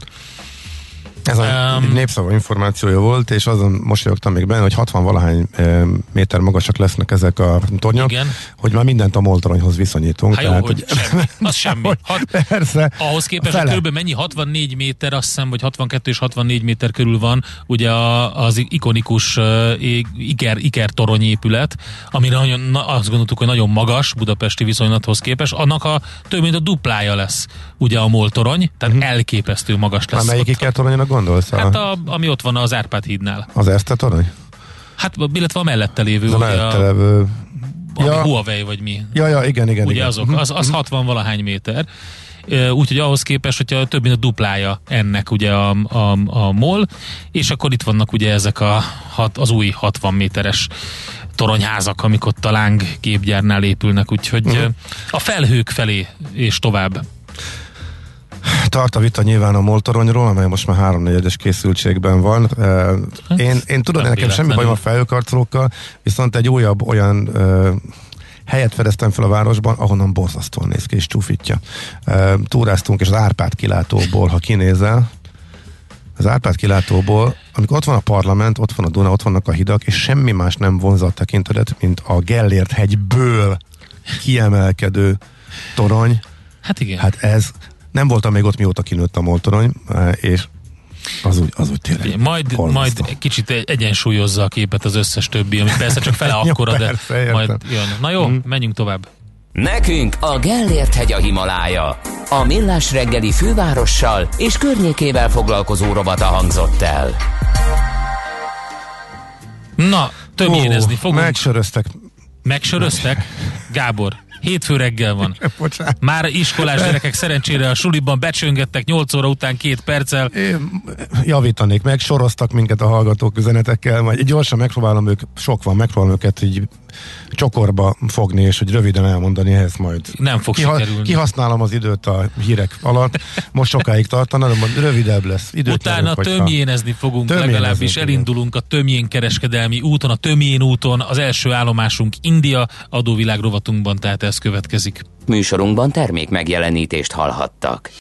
Ez a um, Népszava információja volt, és azon mosolyogtam még benne, hogy hatvan valahány e, méter magasak lesznek ezek a tornyok, igen. Hogy már mindent a moltoronyhoz viszonyítunk. Hát jó, tehát, hogy semmi. Az semmi. Hat, persze. Ahhoz képest, hogy körülbelül mennyi hatvannégy méter, azt hiszem, vagy hatvankettő és hatvannégy méter körül van, ugye a, az ikonikus uh, Iker, Iker torony épület, amire nagyon, na, azt gondoltuk, hogy nagyon magas budapesti viszonylathoz képest, annak a több mint a duplája lesz ugye a moltorony, tehát uh-huh. elképesztő magas lesz. Melyik Iker toronynak gondolsz? Hát a, ami ott van az Árpád hídnál. Az Erste torony? Hát, illetve a mellette lévő. Az a mellette lévő. Ja. Huawei vagy mi. Ja, ja, igen, igen. Ugye igen. azok, az, az hatvan valahány méter. Úgyhogy ahhoz képest, hogyha több mint a duplája ennek ugye a, a, a MOL, és akkor itt vannak ugye ezek a, az új hatvan méteres toronyházak, amik ott a lánggépgyárnál épülnek, úgyhogy uh-huh. a felhők felé és tovább. Tart a vita nyilván a moltoronyról, amely most már háromnegyedes készültségben van. Én, én tudom, nekem semmi bajom a felhőkarcolókkal, viszont egy újabb olyan uh, helyet fedeztem fel a városban, ahonnan borzasztóan néz ki és csúfítja. Uh, túráztunk, és az Árpád kilátóból, ha kinézel, az Árpád kilátóból, amikor ott van a parlament, ott van a Duna, ott vannak a hidak, és semmi más nem vonza a tekintetet, mint a Gellért hegyből kiemelkedő torony. Hát igen. Hát ez nem voltam még ott, mióta kinőtt a moltorony, és az úgy, az úgy tényleg majd, majd kicsit egyensúlyozza a képet az összes többi, ami persze csak fele akkora, de persze, majd jön. Na jó, hmm. menjünk tovább. Nekünk a Gellért hegy a Himalája. A Millás reggeli fővárossal és környékével foglalkozó rovata hangzott el. Na, többnyérezni fogunk. Megsöröztek. Megsöröztek? Gábor. Hétfő reggel van. Már iskolás gyerekek szerencsére a suliban becsöngettek nyolc óra után két perccel. Én javítanék meg, soroztak minket a hallgatók üzenetekkel, majd gyorsan megpróbálom ők, sok van, megpróbálom őket így csokorba fogni, és hogy röviden elmondani, ehhez majd nem fog kiha- sikerülni. Kihasználom az időt a hírek alatt. Most sokáig tartana, de majd rövidebb lesz. Időt Utána nyerünk, hogyha- tömjénezni fogunk, Tömjénezni, legalábbis igen. elindulunk a Tömjén kereskedelmi úton, a Tömjén úton, az első állomásunk India, adóvilág rovatunkban, tehát ez következik. Műsorunkban termék megjelenítést hallhattak.